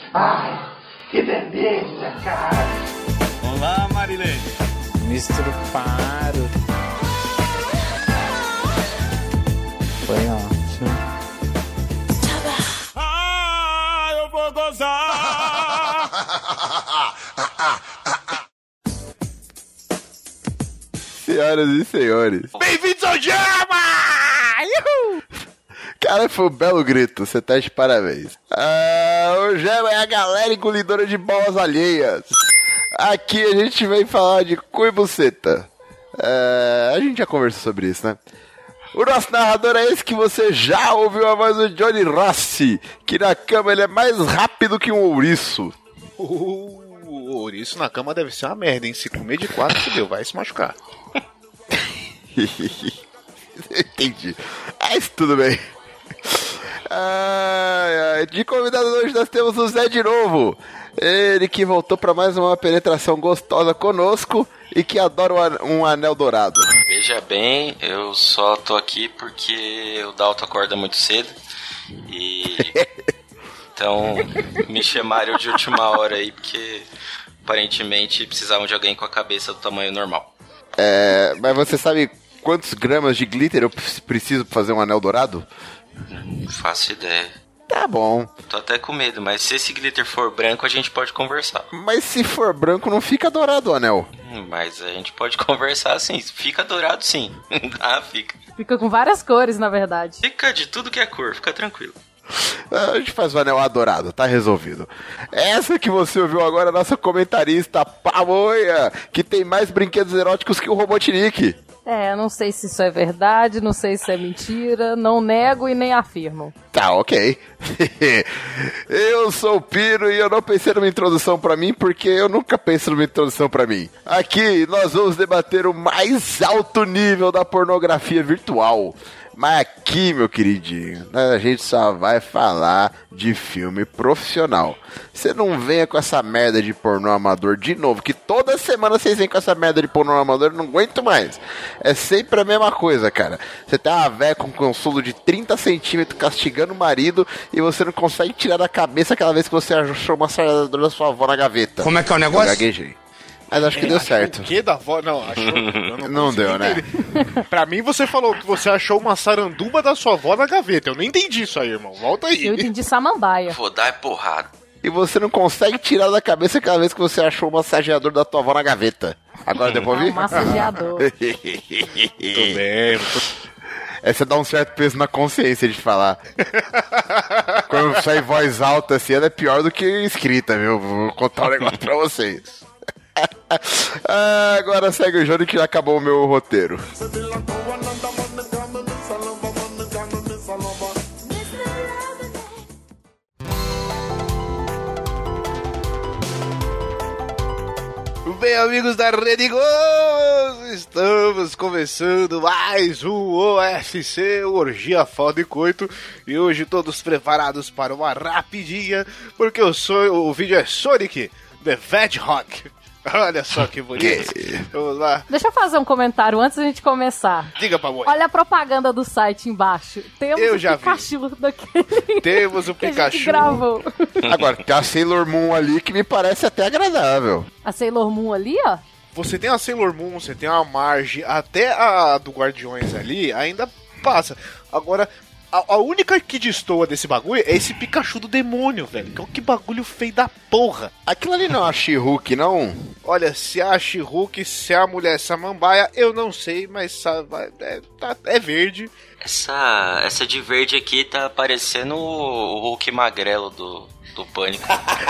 Ai, que delícia, cara. Olá, Marilene. Misturo Paro. Foi ótimo. Ah, eu vou gozar. Senhoras e senhores, Bem-vindos ao Jama! Uhul! cara, foi um belo grito, você tá de parabéns. O Jama é a galera engolidora de bolas alheias. Aqui a gente vem falar de cu e buceta. A gente já conversou sobre isso, né? O nosso narrador é esse que você já ouviu a voz do Johnny Rossi, que na cama ele é mais rápido que um ouriço. O ouriço na cama deve ser uma merda, hein? Se comer de 4, fudeu, vai se machucar. Entendi. Mas tudo bem. De convidado hoje nós temos o Zé de novo. Ele que voltou para mais uma penetração gostosa conosco e que adora um anel dourado. Veja bem, eu só tô aqui porque o Dalton acorda muito cedo e então me chamaram de última hora aí porque aparentemente precisavam de alguém com a cabeça do tamanho normal. Mas você sabe quantos gramas de glitter eu preciso pra fazer um anel dourado? Não faço ideia. Tá bom. Tô até com medo, mas se esse glitter for branco a gente pode conversar. Mas se for branco não fica dourado o anel. Mas a gente pode conversar sim, fica dourado sim. Fica. Fica com várias cores, na verdade. Fica de tudo que é cor, fica tranquilo. A gente faz o anel adorado, tá resolvido. Essa que você ouviu agora é a nossa comentarista Pamonha, que tem mais brinquedos eróticos que o Robotnik. Não sei se isso é verdade, não sei se é mentira, não nego e nem afirmo. Tá, ok. Eu sou o Piro e eu não pensei numa introdução pra mim porque eu nunca penso numa introdução pra mim. Aqui nós vamos debater o mais alto nível da pornografia virtual. Mas aqui, meu queridinho, a gente só vai falar de filme profissional. Você não venha com essa merda de pornô amador de novo, que toda semana vocês vêm com essa merda de pornô amador, eu não aguento mais. É sempre a mesma coisa, cara. Você tem uma véia com um consolo de 30 centímetros castigando o marido e você não consegue tirar da cabeça aquela vez que você achou uma sarjadora da sua avó na gaveta. Como é que é o negócio? Eu gaguejei. Mas acho que deu certo. O que da avó? Não, achou. Não deu, né? Pra mim, você falou que você achou uma saranduba da sua avó na gaveta. Eu não entendi isso aí, irmão. Volta aí. Eu entendi samambaia. Vou dar porrada. E você não consegue tirar da cabeça aquela vez que você achou o massageador da tua avó na gaveta. Agora deu pra ouvir? Um massageador. Tudo bem. Essa dá um certo peso na consciência de falar. Quando sai voz alta assim, ela é pior do que escrita, viu? Vou contar um negócio pra vocês. Agora segue o Johnny que já acabou o meu roteiro. Bem, amigos da Rede Globo, estamos começando mais um OFC, Orgia Foda e Coito, e hoje todos preparados para uma rapidinha, porque o vídeo é Sonic the Hedgehog. Olha só que bonito. Vamos lá. Deixa eu fazer um comentário antes da gente começar. Diga, Pamonha. Olha a propaganda do site embaixo. Temos Eu o já Pikachu daquele Temos o que a Pikachu. gente gravou. Agora, tem a Sailor Moon ali que me parece até agradável. A Sailor Moon ali, ó. Você tem a Sailor Moon, você tem a Marge, até a do Guardiões ali, ainda passa. Agora, a única que destoa desse bagulho é esse Pikachu do demônio, velho. Que bagulho feio da porra. Aquilo ali não é a She-Hulk, não? Olha, se é a She-Hulk, se é a mulher samambaia, eu não sei, mas é verde. Essa de verde aqui tá parecendo o Hulk magrelo do Pânico.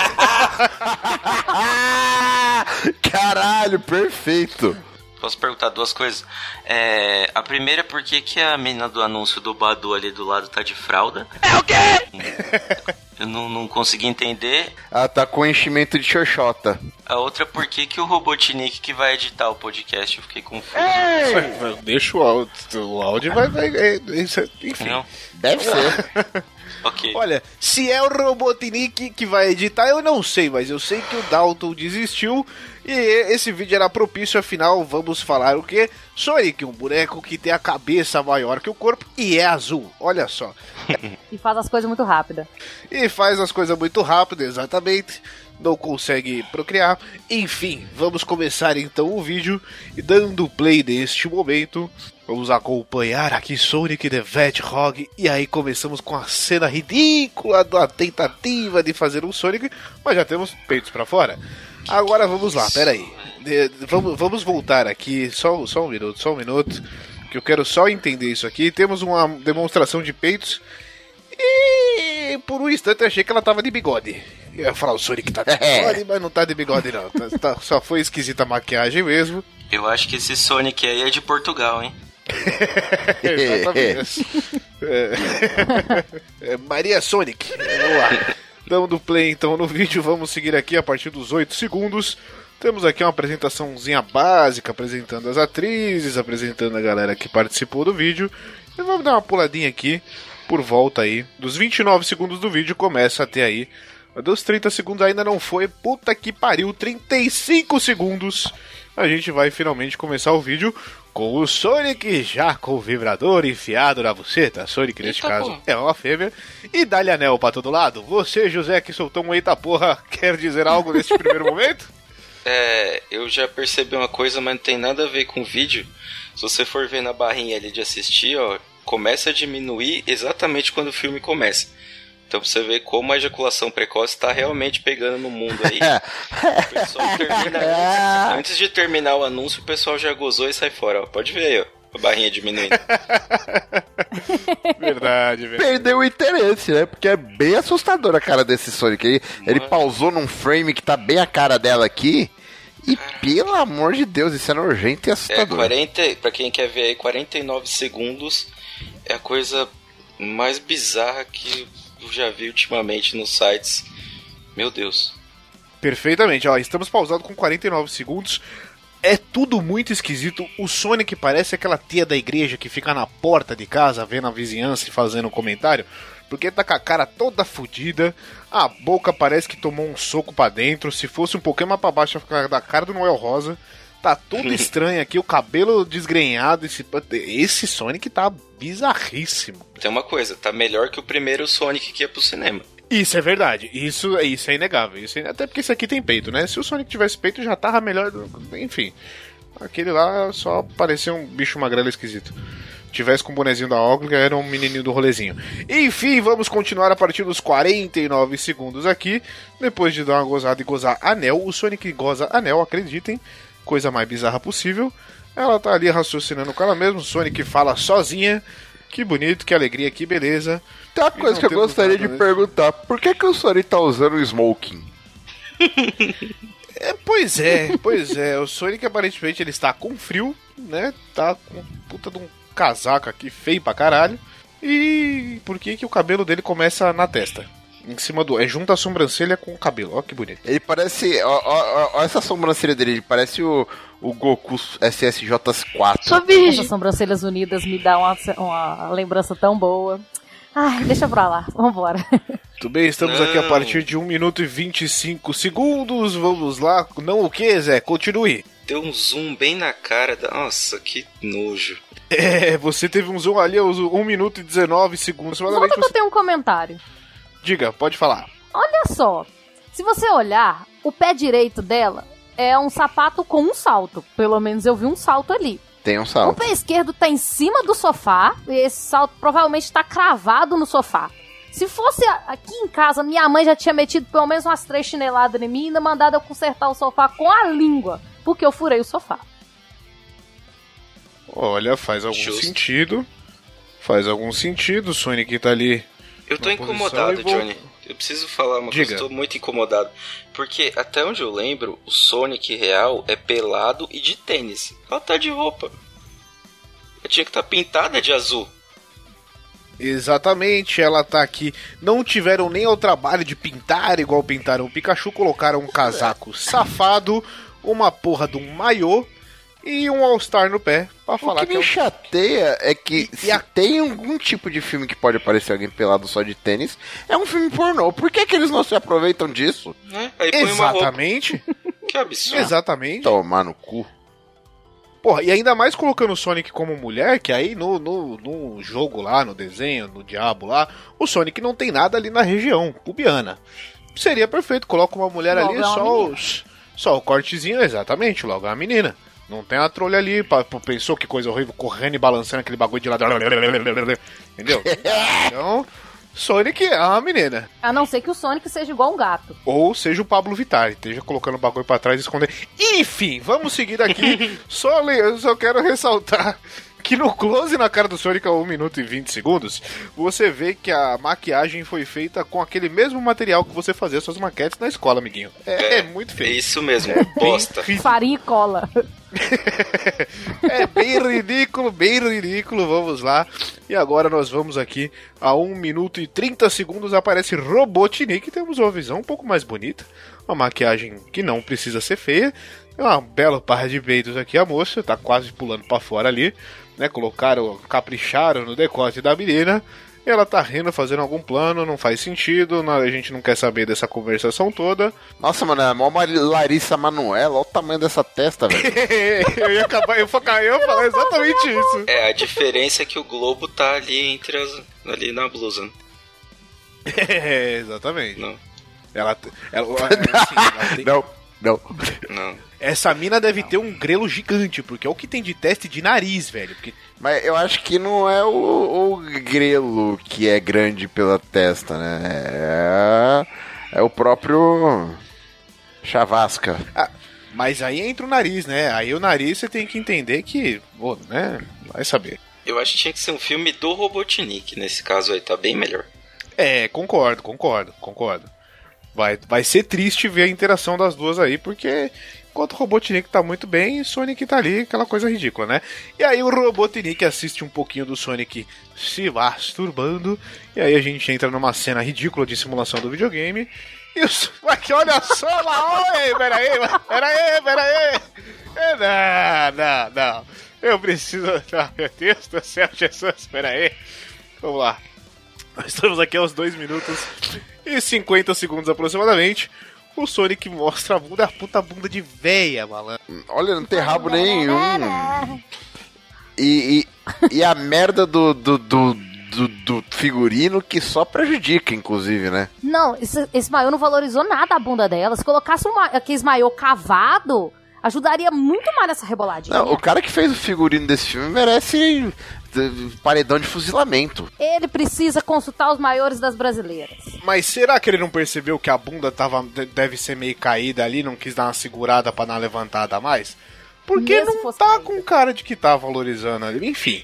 Caralho, perfeito. Posso perguntar duas coisas? A primeira é por que a menina do anúncio do Badu ali do lado tá de fralda? É o quê? Eu não consegui entender. Ela tá com enchimento de xoxota. A outra é por que o Robotnik que vai editar o podcast, eu fiquei confuso. Deixa o áudio vai enfim. Não. Deve ser. Ok. Olha, se é o Robotnik que vai editar, eu não sei, mas eu sei que o Dalton desistiu e esse vídeo era propício, afinal, vamos falar o quê? Sonic, um boneco que tem a cabeça maior que o corpo e é azul, olha só. E faz as coisas muito rápido. E faz as coisas muito rápido, exatamente. Não consegue procriar. Enfim, vamos começar então o vídeo. E dando play neste momento, vamos acompanhar aqui Sonic the Hedgehog. E aí começamos com a cena ridícula da tentativa de fazer um Sonic. Mas já temos peitos pra fora. Agora vamos lá, peraí. Vamos voltar aqui, só um minuto. Que eu quero só entender isso aqui. Temos uma demonstração de peitos. E por um instante eu achei que ela tava de bigode. Eu ia falar, o Sonic tá de bigode, mas não tá de bigode não. Só foi esquisita a maquiagem mesmo. Eu acho que esse Sonic aí é de Portugal, hein? Exatamente. Maria Sonic. Vamos lá. Dando play então no vídeo, vamos seguir aqui a partir dos 8 segundos. Temos aqui uma apresentaçãozinha básica, apresentando as atrizes, apresentando a galera que participou do vídeo. E vamos dar uma puladinha aqui, por volta aí. Dos 29 segundos do vídeo, começa até aí. Dos 30 segundos ainda não foi, puta que pariu, 35 segundos. A gente vai finalmente começar o vídeo com o Sonic já com o vibrador enfiado na buceta. Sonic, neste caso, é uma fêmea. E dá-lhe anel pra todo lado. Você, José, que soltou um eita porra, quer dizer algo neste primeiro momento? Eu já percebi uma coisa, mas não tem nada a ver com o vídeo. Se você for ver na barrinha ali de assistir, ó, começa a diminuir exatamente quando o filme começa. Então pra você ver como a ejaculação precoce tá realmente pegando no mundo aí. O pessoal termina antes de terminar o anúncio, o pessoal já gozou e sai fora, ó. Pode ver aí, ó, a barrinha diminuindo. Verdade. Perdeu o interesse, né? Porque é bem assustador a cara desse Sonic aí. Ele pausou num frame que tá bem a cara dela aqui. E pelo amor de Deus, isso é nojento e assustador. Pra quem quer ver aí, 49 segundos é a coisa mais bizarra que eu já vi ultimamente nos sites. Meu Deus. Perfeitamente, ó, estamos pausados com 49 segundos. É tudo muito esquisito. O Sonic parece aquela tia da igreja que fica na porta de casa vendo a vizinhança e fazendo um comentário. Porque tá com a cara toda fodida. A boca parece que tomou um soco pra dentro. Se fosse um pouquinho mais pra baixo, ia ficar da cara do Noel Rosa. Tá tudo estranho aqui, o cabelo desgrenhado. Esse Sonic tá bizarríssimo. Tem uma coisa, tá melhor que o primeiro Sonic que ia pro cinema. Isso é verdade, isso é inegável. Até porque esse aqui tem peito, né? Se o Sonic tivesse peito já tava melhor. Enfim, aquele lá só parecia um bicho magrelo esquisito. Tivesse com o bonezinho da Ogli, era um menininho do rolezinho. Enfim, vamos continuar a partir dos 49 segundos aqui. Depois de dar uma gozada e gozar anel, o Sonic goza anel, acreditem. Coisa mais bizarra possível. Ela tá ali raciocinando com ela mesma. O Sonic fala sozinha. Que bonito, que alegria, que beleza. Tem uma coisa que eu gostaria de perguntar. Por que o Sonic tá usando o smoking? Pois é. O Sonic aparentemente ele está com frio, né? Tá com puta de um casaco aqui feio pra caralho. E por que o cabelo dele começa na testa? Em cima do... junta a sobrancelha com o cabelo, ó que bonito. Ele parece... Ó essa sobrancelha dele, ele parece o Goku SSJ4. Essas sobrancelhas unidas me dá uma lembrança tão boa. Ai, deixa pra lá, vambora. Tudo bem, estamos aqui a partir de 1 minuto e 25 segundos. Vamos lá. Não o que, Zé? Continue. Deu um zoom bem na cara da... Nossa, que nojo. Você teve um zoom ali, 1 minuto e 19 segundos. Volta que eu tenho um comentário. Diga, pode falar. Olha só, se você olhar, o pé direito dela é um sapato com um salto. Pelo menos eu vi um salto ali. Tem um salto. O pé esquerdo tá em cima do sofá e esse salto provavelmente tá cravado no sofá. Se fosse aqui em casa, minha mãe já tinha metido pelo menos umas 3 chineladas em mim e ainda mandado eu consertar o sofá com a língua, porque eu furei o sofá. Olha, faz algum sentido. Faz algum sentido, o Sonic tá ali. Eu tô incomodado, Johnny. Eu preciso falar uma coisa, eu tô muito incomodado. Porque até onde eu lembro, o Sonic real é pelado e de tênis. Ela tá de roupa. Eu tinha que estar pintada de azul. Exatamente, ela tá aqui. Não tiveram nem ao trabalho de pintar igual pintaram o Pikachu. Colocaram um casaco safado, uma porra de um maiô e um All-Star no pé pra O falar que me chateia é que se tem algum tipo de filme que pode aparecer alguém pelado só de tênis, é um filme pornô. Por que eles não se aproveitam disso? Aí põe uma roupa. Exatamente. Que absurdo. Exatamente. Tomar no cu. Porra, e ainda mais colocando o Sonic como mulher, que aí no jogo lá, no desenho, no Diabo lá, o Sonic não tem nada ali na região pubiana. Seria perfeito, coloca uma mulher Logo ali, é uma só o cortezinho, exatamente, logo é uma menina. Não tem a trolha ali, pensou que coisa horrível, correndo e balançando aquele bagulho de lado. Entendeu? Então, Sonic é uma menina. A não ser que o Sonic seja igual um gato. Ou seja o Pablo Vittar, esteja colocando o bagulho pra trás e escondendo. Enfim, vamos seguir aqui. Eu só quero ressaltar que no close na cara do Sonic a 1 minuto e 20 segundos, você vê que a maquiagem foi feita com aquele mesmo material que você fazia suas maquetes na escola, amiguinho. É muito É feio. isso mesmo, bosta. Farinha e cola. É bem ridículo, vamos lá. E agora nós vamos aqui a 1 minuto e 30 segundos, aparece Robotnik, temos uma visão um pouco mais bonita, uma maquiagem que não precisa ser feia, uma bela par de peitos aqui a moça, tá quase pulando pra fora ali, né, capricharam no decote da menina, e ela tá rindo, fazendo algum plano, não faz sentido, a gente não quer saber dessa conversação toda. Nossa, mano, é mó Larissa Manoela, olha o tamanho dessa testa, velho. eu ia falar exatamente isso. A diferença é que o Globo tá ali ali na blusa. Exatamente. Não. Ela tem... Não. Essa mina deve ter um grelo gigante, porque é o que tem de teste de nariz, velho. Porque... Mas eu acho que não é o grelo que é grande pela testa, né? É o próprio Chavasca. Mas aí entra o nariz, né? Aí o nariz você tem que entender que... né? Vai saber. Eu acho que tinha que ser um filme do Robotnik, nesse caso aí, tá bem melhor. Concordo. Vai ser triste ver a interação das duas aí, porque enquanto o Robotnik tá muito bem, Sonic tá ali, aquela coisa ridícula, né? E aí o Robotnik assiste um pouquinho do Sonic se masturbando, e aí a gente entra numa cena ridícula de simulação do videogame, e o Sonic, olha só lá, oi, peraí. Não. Eu preciso... meu Deus do céu, Jesus, peraí. Vamos lá. Nós estamos aqui aos 2 minutos e 50 segundos aproximadamente. O Sonic mostra a bunda, a puta bunda de véia, malandro. Olha, não tem rabo nenhum. E a merda do figurino que só prejudica, inclusive, né? Não, esse maiô não valorizou nada a bunda dela. Se colocasse aquele maiô cavado, ajudaria muito mais nessa reboladinha. Não, o cara que fez o figurino desse filme merece paredão de fuzilamento. Ele precisa consultar os maiores das brasileiras. Mas será que ele não percebeu que a bunda deve ser meio caída ali, não quis dar uma segurada pra dar uma levantada a mais? Porque Mesmo não fosse tá caída. com cara de que tá valorizando ali. Enfim.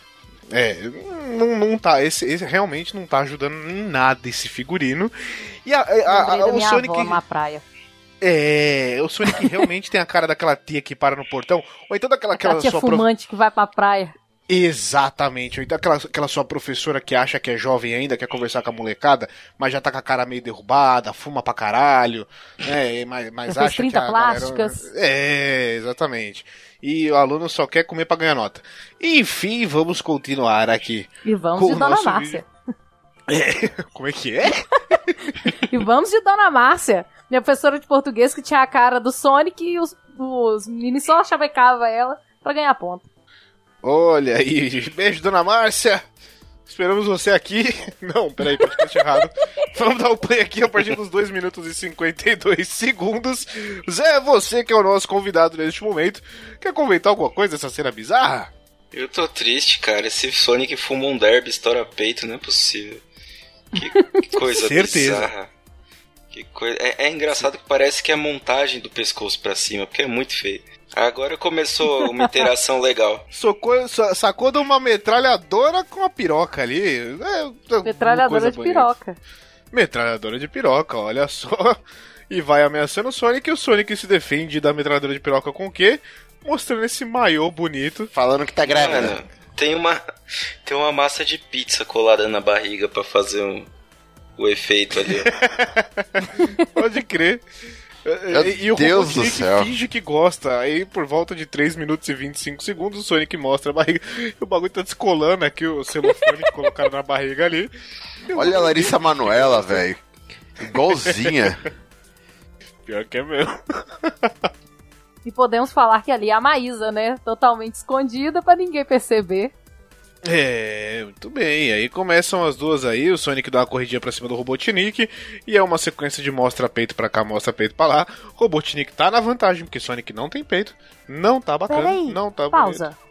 Não tá. Esse realmente não tá ajudando em nada esse figurino. E Lembrei da o minha Sonic. avó na praia. O Sonic realmente tem a cara daquela tia que para no portão. Ou então daquela Aquela tia sua fumante que vai pra praia. Exatamente. Ou então aquela sua professora que acha que é jovem ainda, quer conversar com a molecada, mas já tá com a cara meio derrubada, fuma pra caralho, né? Mas Já fez acha 30 que a plásticas. galera... exatamente. E o aluno só quer comer pra ganhar nota. Enfim, vamos continuar aqui. E vamos com de o Dona nosso Márcia. Como é que é? E vamos de Dona Márcia. Minha professora de português que tinha a cara do Sonic e os meninos só chavecavam ela pra ganhar ponto. Olha aí, beijo, Dona Márcia. Esperamos você aqui. Não, peraí, podcast errado. Vamos dar o play aqui a partir dos 2 minutos e 52 segundos. Zé, você que é o nosso convidado neste momento, quer comentar alguma coisa dessa cena bizarra? Eu tô triste, cara. Esse Sonic fuma um derby, estoura peito, não é possível. Que coisa Certeza. bizarra. Que coisa... É engraçado que parece que é montagem do pescoço pra cima, porque é muito feio. Agora começou uma interação legal. Sacou de uma metralhadora com uma piroca ali. Metralhadora de piroca. Metralhadora de piroca, olha só. E vai ameaçando o Sonic, e o Sonic se defende da metralhadora de piroca com o quê? Mostrando esse maiô bonito. Falando que tá grávida. Mano, tem uma massa de pizza colada na barriga pra fazer o efeito ali. Pode crer. E o Deus do Robotnik céu. finge que gosta. Aí, por volta de 3 minutos e 25 segundos, o Sonic mostra a barriga. E o bagulho tá descolando aqui, o celofane que colocaram na barriga ali. Olha a Larissa Manoela, velho. Igualzinha. Pior que é mesmo. E podemos falar que ali é a Maísa, né? Totalmente escondida pra ninguém perceber. Muito bem. Aí começam as duas aí, o Sonic dá uma corridinha pra cima do Robotnik, e é uma sequência de mostra peito pra cá, mostra peito pra lá. O Robotnik tá na vantagem, porque Sonic não tem peito. Não tá bacana, Peraí, não tá pausa. bonito.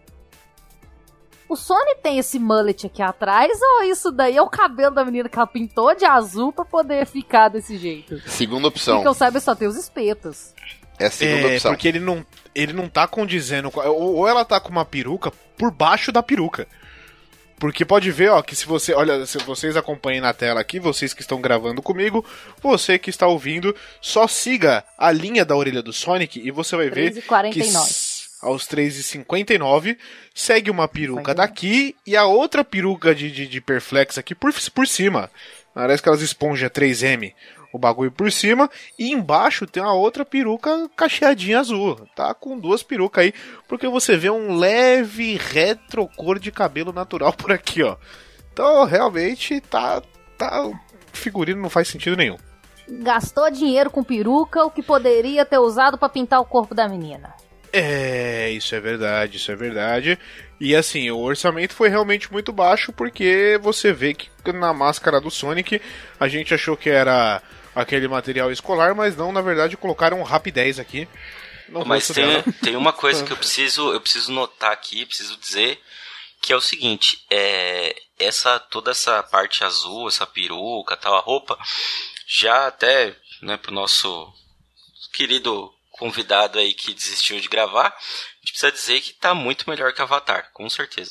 O Sonic tem esse mullet aqui atrás, ou isso daí é o cabelo da menina que ela pintou de azul pra poder ficar desse jeito? Segunda opção. Porque eu saiba, só tem os espetos. É a segunda opção. Porque ele não tá condizendo. Ou ela tá com uma peruca por baixo da peruca. Porque pode ver, ó, que se vocês acompanhem na tela aqui, vocês que estão gravando comigo, você que está ouvindo, só siga a linha da orelha do Sonic e você vai ver que 3h49. aos 3h59 segue uma peruca daqui e a outra peruca de Perflex aqui por cima. Parece que elas esponja 3M. O bagulho por cima, e embaixo tem uma outra peruca cacheadinha azul. Tá com duas perucas aí, porque você vê um leve retrocor de cabelo natural por aqui, ó. Então, realmente, o figurino não faz sentido nenhum. Gastou dinheiro com peruca, o que poderia ter usado pra pintar o corpo da menina. Isso é verdade. E assim, o orçamento foi realmente muito baixo, porque você vê que na máscara do Sonic, a gente achou que era aquele material escolar, mas não, na verdade colocaram um Rapidez aqui. Mas tem uma coisa que eu preciso notar aqui, preciso dizer, que é o seguinte, toda essa parte azul, essa peruca, tal, a roupa, já até, né, pro nosso querido convidado aí que desistiu de gravar, a gente precisa dizer que tá muito melhor que Avatar, com certeza.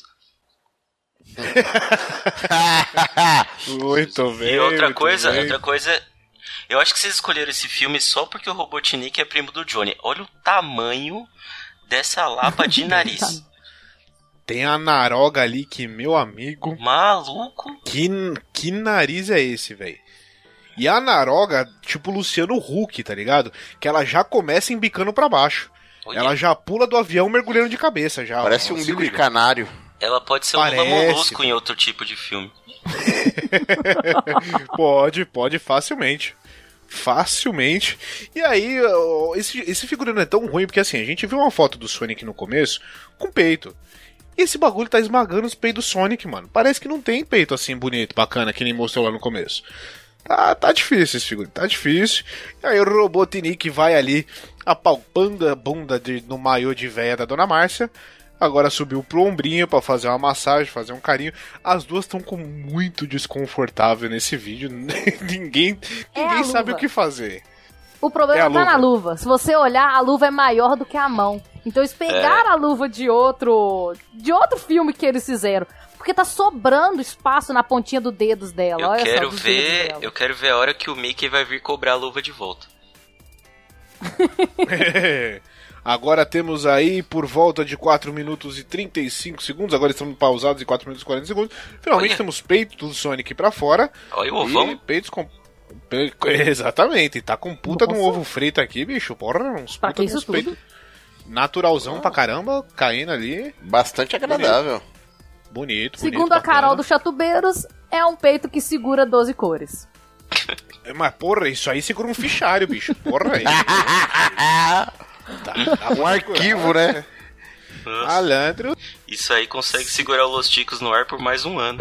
Muito bem. E outra coisa, eu acho que vocês escolheram esse filme só porque o Robotnik é primo do Johnny. Olha o tamanho dessa lapa de nariz. Tem a Naroga ali que, meu amigo... Maluco. Que nariz é esse, velho? E a Naroga, tipo Luciano Huck, tá ligado? Que ela já começa embicando pra baixo. Olha. Ela já pula do avião mergulhando de cabeça. Já. Parece um bico de canário. Ela pode ser um Lula Molusco em outro tipo de filme. Pode, facilmente. Facilmente. E aí, esse figurino é tão ruim, porque assim, a gente viu uma foto do Sonic no começo com peito. E esse bagulho tá esmagando os peitos do Sonic, mano. Parece que não tem peito assim bonito, bacana, que nem mostrou lá no começo. Tá difícil esse figurino, tá difícil. E aí o Robotnik vai ali apalpando a bunda no maiô de véia da Dona Márcia. Agora subiu pro ombrinho pra fazer uma massagem, fazer um carinho. As duas estão com muito desconfortável nesse vídeo. Ninguém sabe o que fazer. O problema tá na luva. Se você olhar, a luva é maior do que a mão. Então eles pegaram a luva de outro filme que eles fizeram. Porque tá sobrando espaço na pontinha dos dedos dela. Eu quero ver a hora que o Mickey vai vir cobrar a luva de volta. Agora temos aí por volta de 4 minutos e 35 segundos. Agora estamos pausados em 4 minutos e 40 segundos. Finalmente temos peitos do Sonic pra fora. Olha o ovão. E peitos com... Exatamente. Tá com puta de um ovo frito aqui, bicho. Porra, uns pra puta que isso peitos. tudo? Naturalzão pra caramba, caindo ali. Bastante agradável. Bonito. Segundo a Carol do Chatubeiros, é um peito que segura 12 cores. Mas, porra, isso aí segura um fichário, bicho. Porra aí. Um arquivo, né? Malandro. Isso aí consegue segurar os Los Ticos no ar por mais um ano.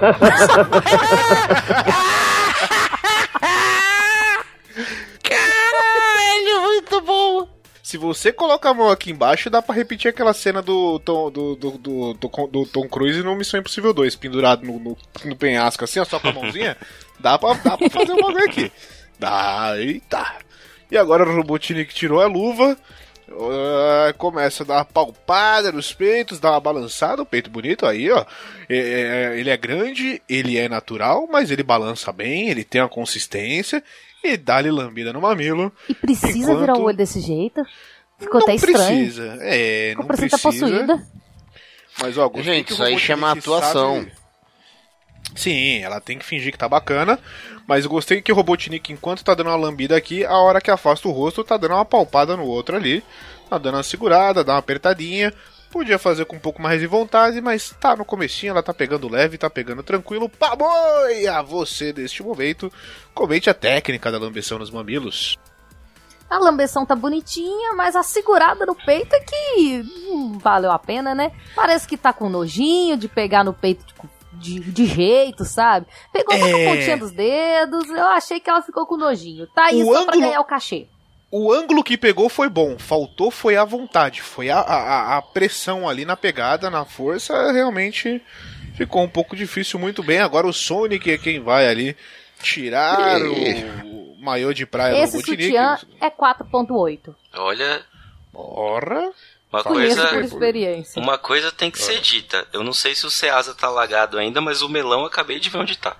Caralho, muito bom. Se você colocar a mão aqui embaixo, dá pra repetir aquela cena do Tom Cruise no Missão Impossível 2, pendurado no penhasco assim, ó, só com a mãozinha. Dá pra fazer um bagulho aqui. Eita. E agora o Robotnik tirou a luva, começa a dar uma palpada nos peitos, dá uma balançada, o peito bonito aí, ó. Ele é grande, ele é natural, mas ele balança bem, ele tem uma consistência. E dá-lhe lambida no mamilo. E precisa virar o olho desse jeito? Ficou até estranho. Precisa. Não precisa. Tá possuída. Mas, ó, gente, isso aí chama atuação. Sim, ela tem que fingir que tá bacana, mas eu gostei que o Robotnik, enquanto tá dando uma lambida aqui, a hora que afasta o rosto, tá dando uma palpada no outro ali, tá dando uma segurada, dá uma apertadinha, podia fazer com um pouco mais de vontade, mas tá no comecinho, ela tá pegando leve, tá pegando tranquilo. Pamonha, você deste momento, comente a técnica da lambeção nos mamilos. A lambeção tá bonitinha, mas a segurada no peito é que não valeu a pena, né? Parece que tá com nojinho de pegar no peito de jeito, sabe? Pegou só com a pontinha dos dedos, eu achei que ela ficou com nojinho. Tá aí só pra ganhar o cachê. O ângulo que pegou foi bom, faltou foi a vontade, foi a pressão ali na pegada, na força, realmente ficou um pouco difícil, muito bem. Agora o Sonic é quem vai ali tirar o maiô de praia do Esse Robotnik. sutiã é 4.8. Olha, Ora... Conheço por experiência. uma coisa tem que ser dita. Eu não sei se o Ceasa tá lagado ainda, mas o melão eu acabei de ver onde tá.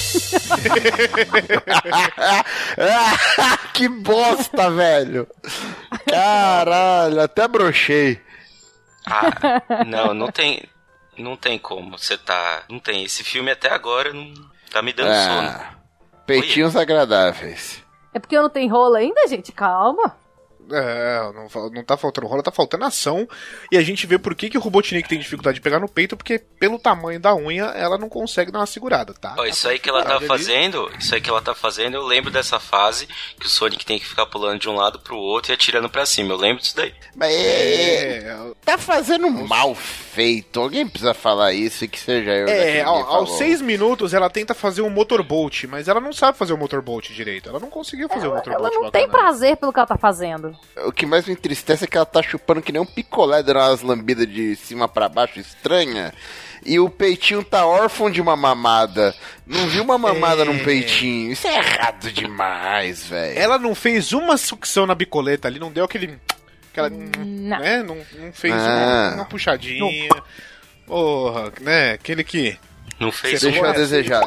Que bosta, velho. Caralho, até brochei. Ah, não tem como. Você tá... Não tem. Esse filme até agora não tá me dando sono. Peitinhos agradáveis. É porque eu não tenho rola ainda, gente? Calma. Não tá faltando rola, tá faltando ação. E a gente vê por que o Robotnik tem dificuldade de pegar no peito, porque pelo tamanho da unha, ela não consegue dar uma segurada, tá? Ó, isso aí que ela tá fazendo, eu lembro dessa fase que o Sonic tem que ficar pulando de um lado pro outro e atirando pra cima. Eu lembro disso daí. Mas tá fazendo mal feito. Alguém precisa falar isso e que seja eu. Aos 6 minutos ela tenta fazer um motorboat, mas ela não sabe fazer o motorboat direito. Ela não conseguiu fazer o motorboat. Ela não tem prazer pelo que ela tá fazendo. O que mais me entristece é que ela tá chupando que nem um picolé, dando umas lambidas de cima pra baixo estranha. E o peitinho tá órfão de uma mamada. Não viu uma mamada num peitinho. Isso é errado demais, velho. Ela não fez uma sucção na bicoleta ali, não deu aquela Não. né? Não fez uma puxadinha. Porra, né? Aquele que... Não fez Deixa eu desejar,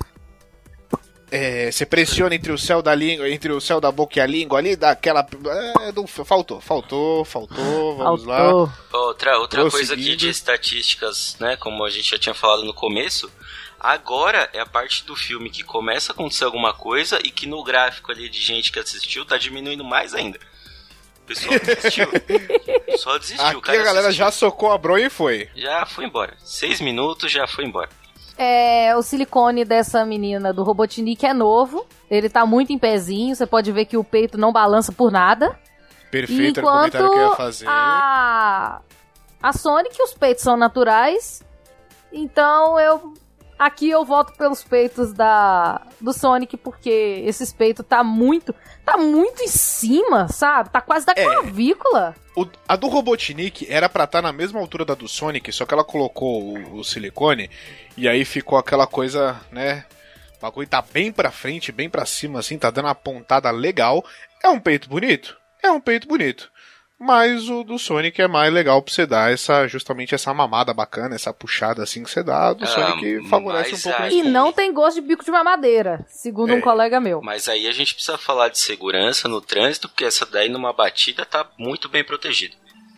você pressiona entre o céu da língua, entre o céu da boca e a língua ali, dá aquela... faltou. Vamos lá. Outra coisa aqui de estatísticas, né? Como a gente já tinha falado no começo, agora é a parte do filme que começa a acontecer alguma coisa e que no gráfico ali de gente que assistiu tá diminuindo mais ainda. O pessoal desistiu. Só desistiu. Aqui o cara a galera assistiu. já socou a bronha e foi. Já foi embora. 6 minutos, já foi embora. O silicone dessa menina do Robotnik é novo. Ele tá muito em pezinho. Você pode ver que o peito não balança por nada. Perfeito, era o comentário que eu ia fazer. A Sonic, os peitos são naturais. Então aqui eu voto pelos peitos do Sonic, porque esses peitos tá muito em cima, sabe? Tá quase da clavícula. A do Robotnik era pra estar na mesma altura da do Sonic, só que ela colocou o silicone e aí ficou aquela coisa, né? O bagulho tá bem pra frente, bem pra cima, assim, tá dando uma pontada legal. É um peito bonito? É um peito bonito. Mas o do Sonic é mais legal pra você dar justamente essa mamada bacana, essa puxada assim que você dá. Do Sonic favorece um pouco. E não tem gosto de bico de mamadeira, segundo um colega meu. Mas aí a gente precisa falar de segurança no trânsito, porque essa daí numa batida tá muito bem protegida.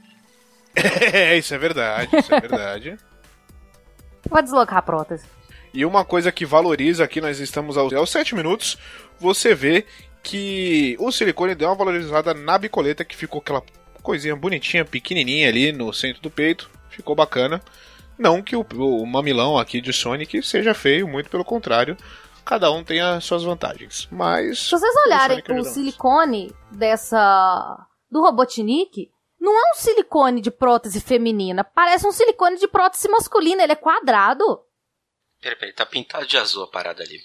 Isso é verdade. Vai deslocar a prótese. E uma coisa que valoriza aqui, nós estamos aos 7 minutos, você vê que o silicone deu uma valorizada na bicoleta, que ficou aquela coisinha bonitinha, pequenininha ali no centro do peito, ficou bacana. Não que o mamilão aqui de Sonic seja feio, muito pelo contrário, cada um tem as suas vantagens. Mas se vocês olharem o silicone do Robotnik, não é um silicone de prótese feminina, parece um silicone de prótese masculina, ele é quadrado. Peraí, tá pintado de azul a parada ali.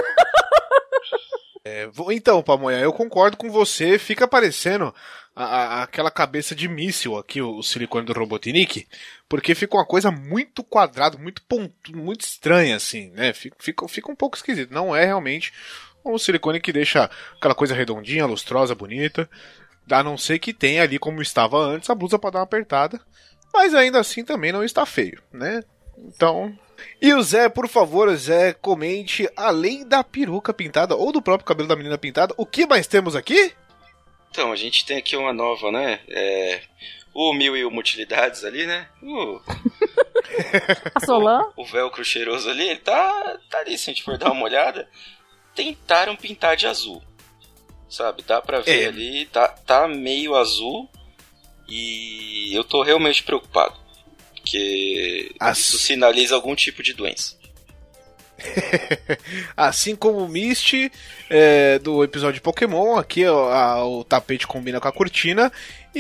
Então, Pamonha, eu concordo com você, fica parecendo aquela cabeça de míssil aqui, o silicone do Robotnik, porque fica uma coisa muito quadrada, muito muito estranha, assim, né? Fica um pouco esquisito. Não é realmente um silicone que deixa aquela coisa redondinha, lustrosa, bonita, a não ser que tenha ali, como estava antes, a blusa para dar uma apertada, mas ainda assim também não está feio, né? Então... E o Zé, por favor, Zé, comente, além da peruca pintada ou do próprio cabelo da menina pintada, o que mais temos aqui? Então, a gente tem aqui uma nova, né? O 1001 utilidades ali, né? A Solan? O velcro cheiroso ali, ele tá ali, se a gente for dar uma olhada. Tentaram pintar de azul. Sabe, dá pra ver ali, tá meio azul. E eu tô realmente preocupado. Porque isso sinaliza algum tipo de doença. Assim como o Misty do episódio de Pokémon, aqui o tapete combina com a cortina.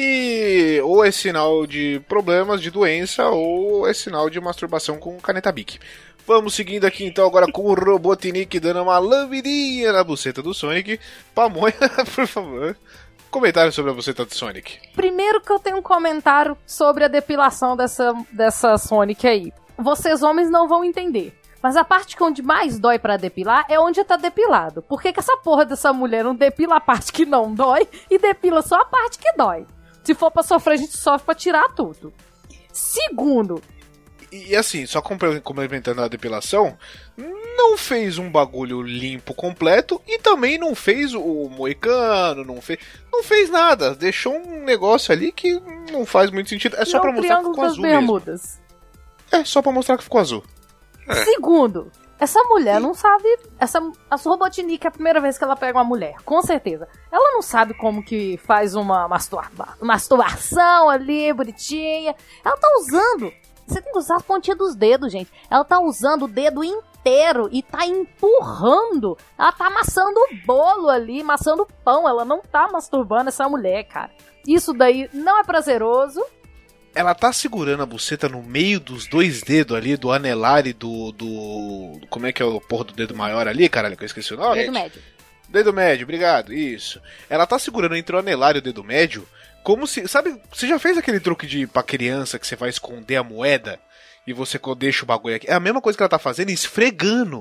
E ou é sinal de problemas, de doença, ou é sinal de masturbação com caneta Bic. Vamos seguindo aqui então agora com o Robotnik dando uma lambidinha na buceta do Sonic. Pamonha, por favor. Comentário sobre a buceta do Sonic. Primeiro que eu tenho um comentário sobre a depilação dessa Sonic aí. Vocês homens não vão entender. Mas a parte que onde mais dói pra depilar é onde tá depilado. Por que essa porra dessa mulher não depila a parte que não dói e depila só a parte que dói? Se for pra sofrer, a gente sofre pra tirar tudo. Segundo... E assim, só complementando a depilação, não fez um bagulho limpo completo e também não fez o moicano, não fez nada. Deixou um negócio ali que não faz muito sentido. É só pra mostrar que ficou azul Bermudas. mesmo. É só pra mostrar que ficou azul. Segundo, essa mulher não sabe... A Robotnik é a primeira vez que ela pega uma mulher, com certeza. Ela não sabe como que faz uma masturbação ali, bonitinha. Ela tá usando... Você tem que usar as pontinhas dos dedos, gente. Ela tá usando o dedo inteiro e tá empurrando. Ela tá amassando o bolo ali, amassando o pão. Ela não tá masturbando essa mulher, cara. Isso daí não é prazeroso. Ela tá segurando a buceta no meio dos dois dedos ali, do anelar e do... Como é que é o porra do dedo maior ali, caralho, que eu esqueci o nome? Dedo médio. Dedo médio, obrigado, isso. Ela tá segurando entre o anelar e o dedo médio, como se... Sabe, você já fez aquele truque pra criança que você vai esconder a moeda e você deixa o bagulho aqui? É a mesma coisa que ela tá fazendo, esfregando.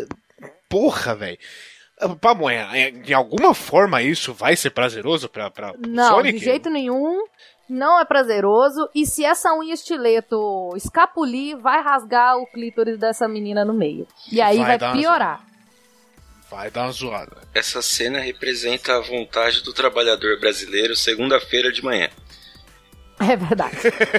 Porra, velho. Pamonha, de alguma forma isso vai ser prazeroso pra não, Sonic? Não, de jeito nenhum. Não é prazeroso. E se essa unha estileto escapulir, vai rasgar o clítoris dessa menina no meio. E aí vai piorar. Vai dar uma zoada. Essa cena representa a vontade do trabalhador brasileiro segunda-feira de manhã. É verdade.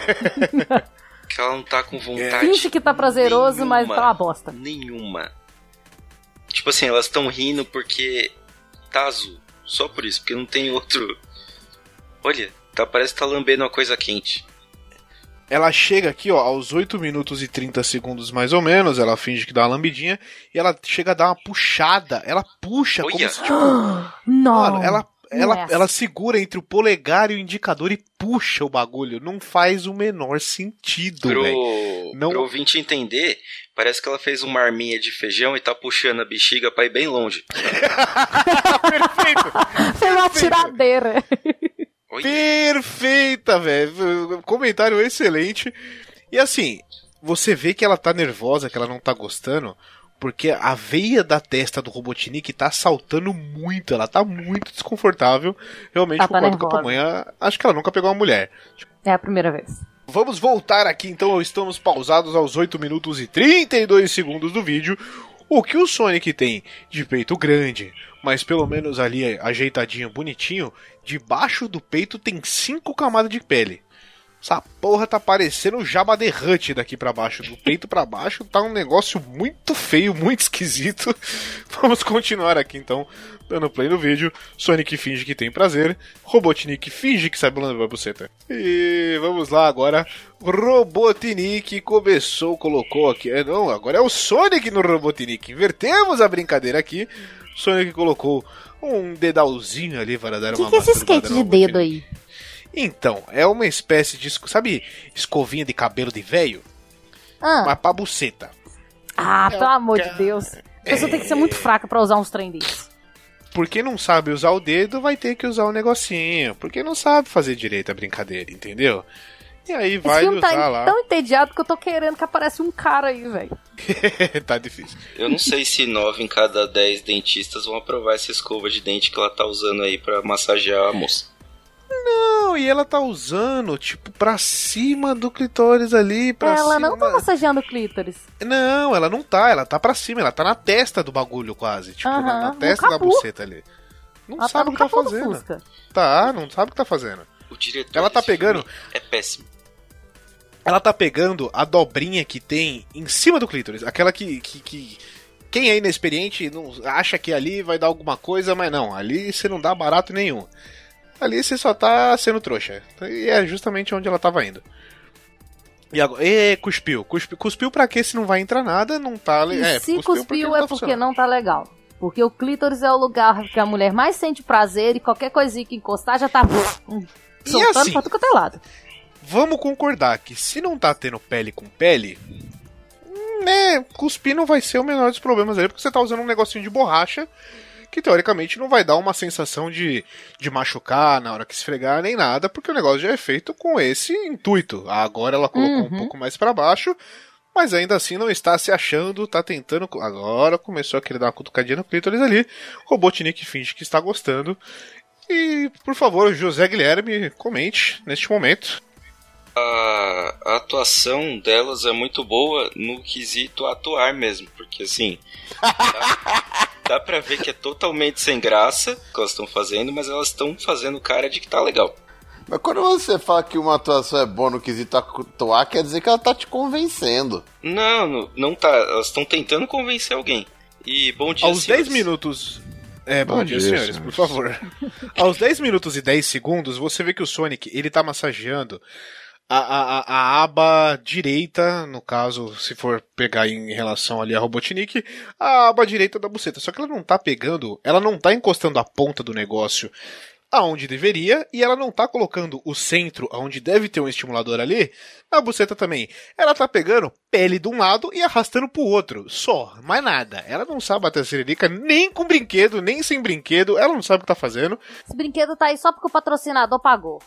Que ela não tá com vontade. Finge que tá prazeroso, nenhuma, mas tá uma bosta. Nenhuma. Tipo assim, elas estão rindo porque tá azul. Só por isso, porque não tem outro. Olha, parece que tá lambendo uma coisa quente. Ela chega aqui, ó, aos 8 minutos e 30 segundos mais ou menos, ela finge que dá uma lambidinha, e ela chega a dar uma puxada, ela puxa, olha, como se, tipo... Não, mano, ela segura entre o polegar e o indicador e puxa o bagulho, não faz o menor sentido, velho. Pro ouvinte entender, parece que ela fez uma arminha de feijão e tá puxando a bexiga pra ir bem longe. Perfeito! Foi uma tiradeira. Perfeita, velho. Comentário excelente. E assim, você vê que ela tá nervosa, que ela não tá gostando, porque a veia da testa do Robotnik tá saltando muito. Ela tá muito desconfortável. Realmente concordo com a Pamonha. Acho que ela nunca pegou uma mulher. É a primeira vez. Vamos voltar aqui então. Estamos pausados aos 8 minutos e 32 segundos do vídeo. O que o Sonic tem de peito grande, mas pelo menos ali ajeitadinho, bonitinho, debaixo do peito tem 5 camadas de pele. Essa porra tá parecendo o Jabba the Hutt daqui pra baixo. Do peito pra baixo tá um negócio muito feio, muito esquisito. Vamos continuar aqui então, dando play no vídeo. Sonic finge que tem prazer, Robotnik finge que sabe lamber a buceta. E vamos lá agora. Robotnik colocou aqui. Não, agora é o Sonic no Robotnik. Invertemos a brincadeira aqui. Sonic colocou um dedalzinho ali para dar uma masturbada. O que é esse skate de dedo aí? Então, é uma espécie de, sabe, escovinha de cabelo de velho? Mas pra buceta. Pelo amor de Deus. A pessoa tem que ser muito fraca pra usar uns trem desses. Porque não sabe usar o dedo, vai ter que usar o negocinho. Porque não sabe fazer direito a brincadeira, entendeu? E aí vai usar tá lá. Tão entediado que eu tô querendo que apareça um cara aí, velho. Tá difícil. Eu não sei se 9 em cada 10 dentistas vão aprovar essa escova de dente que ela tá usando aí pra massagear a moça. Não, e ela tá usando, tipo, pra cima do clitóris ali, pra cima. Ela não tá massageando o clítoris. Não, ela não tá, ela tá pra cima, ela tá na testa do bagulho quase, tipo, na testa da buceta ali. Não ela sabe o que tá fazendo. Tá, não sabe o que tá fazendo. O diretor ela tá pegando. É péssimo. ela tá pegando a dobrinha que tem em cima do clítoris. Aquela que quem é inexperiente não acha que ali vai dar alguma coisa, mas não. Ali você não dá barato nenhum. Ali você só tá sendo trouxa. E é justamente onde ela tava indo. E agora, cuspiu pra quê se não vai entrar nada, não tá... Se cuspiu é porque não tá legal. Porque o clítoris é o lugar que a mulher mais sente prazer e qualquer coisinha que encostar já tá soltando assim, pra tudo quanto é lado. Vamos concordar que se não tá tendo pele com pele, né, cuspir não vai ser o menor dos problemas ali, porque você tá usando um negocinho de borracha que teoricamente não vai dar uma sensação de machucar na hora que esfregar nem nada, porque o negócio já é feito com esse intuito. Agora ela colocou um pouco mais pra baixo, mas ainda assim não está se achando, tá tentando... Agora começou a querer dar uma cutucadinha no clítoris ali, o Robotnik finge que está gostando. E, por favor, José Guilherme, comente neste momento. A atuação delas é muito boa no quesito atuar mesmo, porque assim, dá pra ver que é totalmente sem graça o que elas estão fazendo, mas elas estão fazendo cara de que tá legal. Mas quando você fala que uma atuação é boa no quesito atuar, quer dizer que ela tá te convencendo. Não tá, elas estão tentando convencer alguém. E bom dia, aos senhores. 10 minutos... bom dia, senhores, por favor. Aos 10 minutos e 10 segundos, você vê que o Sonic, ele tá massageando a aba direita, no caso, se for pegar em relação ali a Robotnik, a aba direita da buceta. Só que ela não tá pegando, ela não tá encostando a ponta do negócio aonde deveria, e ela não tá colocando o centro, aonde deve ter um estimulador ali, na buceta também. Ela tá pegando pele de um lado e arrastando pro outro, só, mais nada. Ela não sabe bater a siririca nem com brinquedo, nem sem brinquedo, ela não sabe o que tá fazendo. Esse brinquedo tá aí só porque o patrocinador pagou.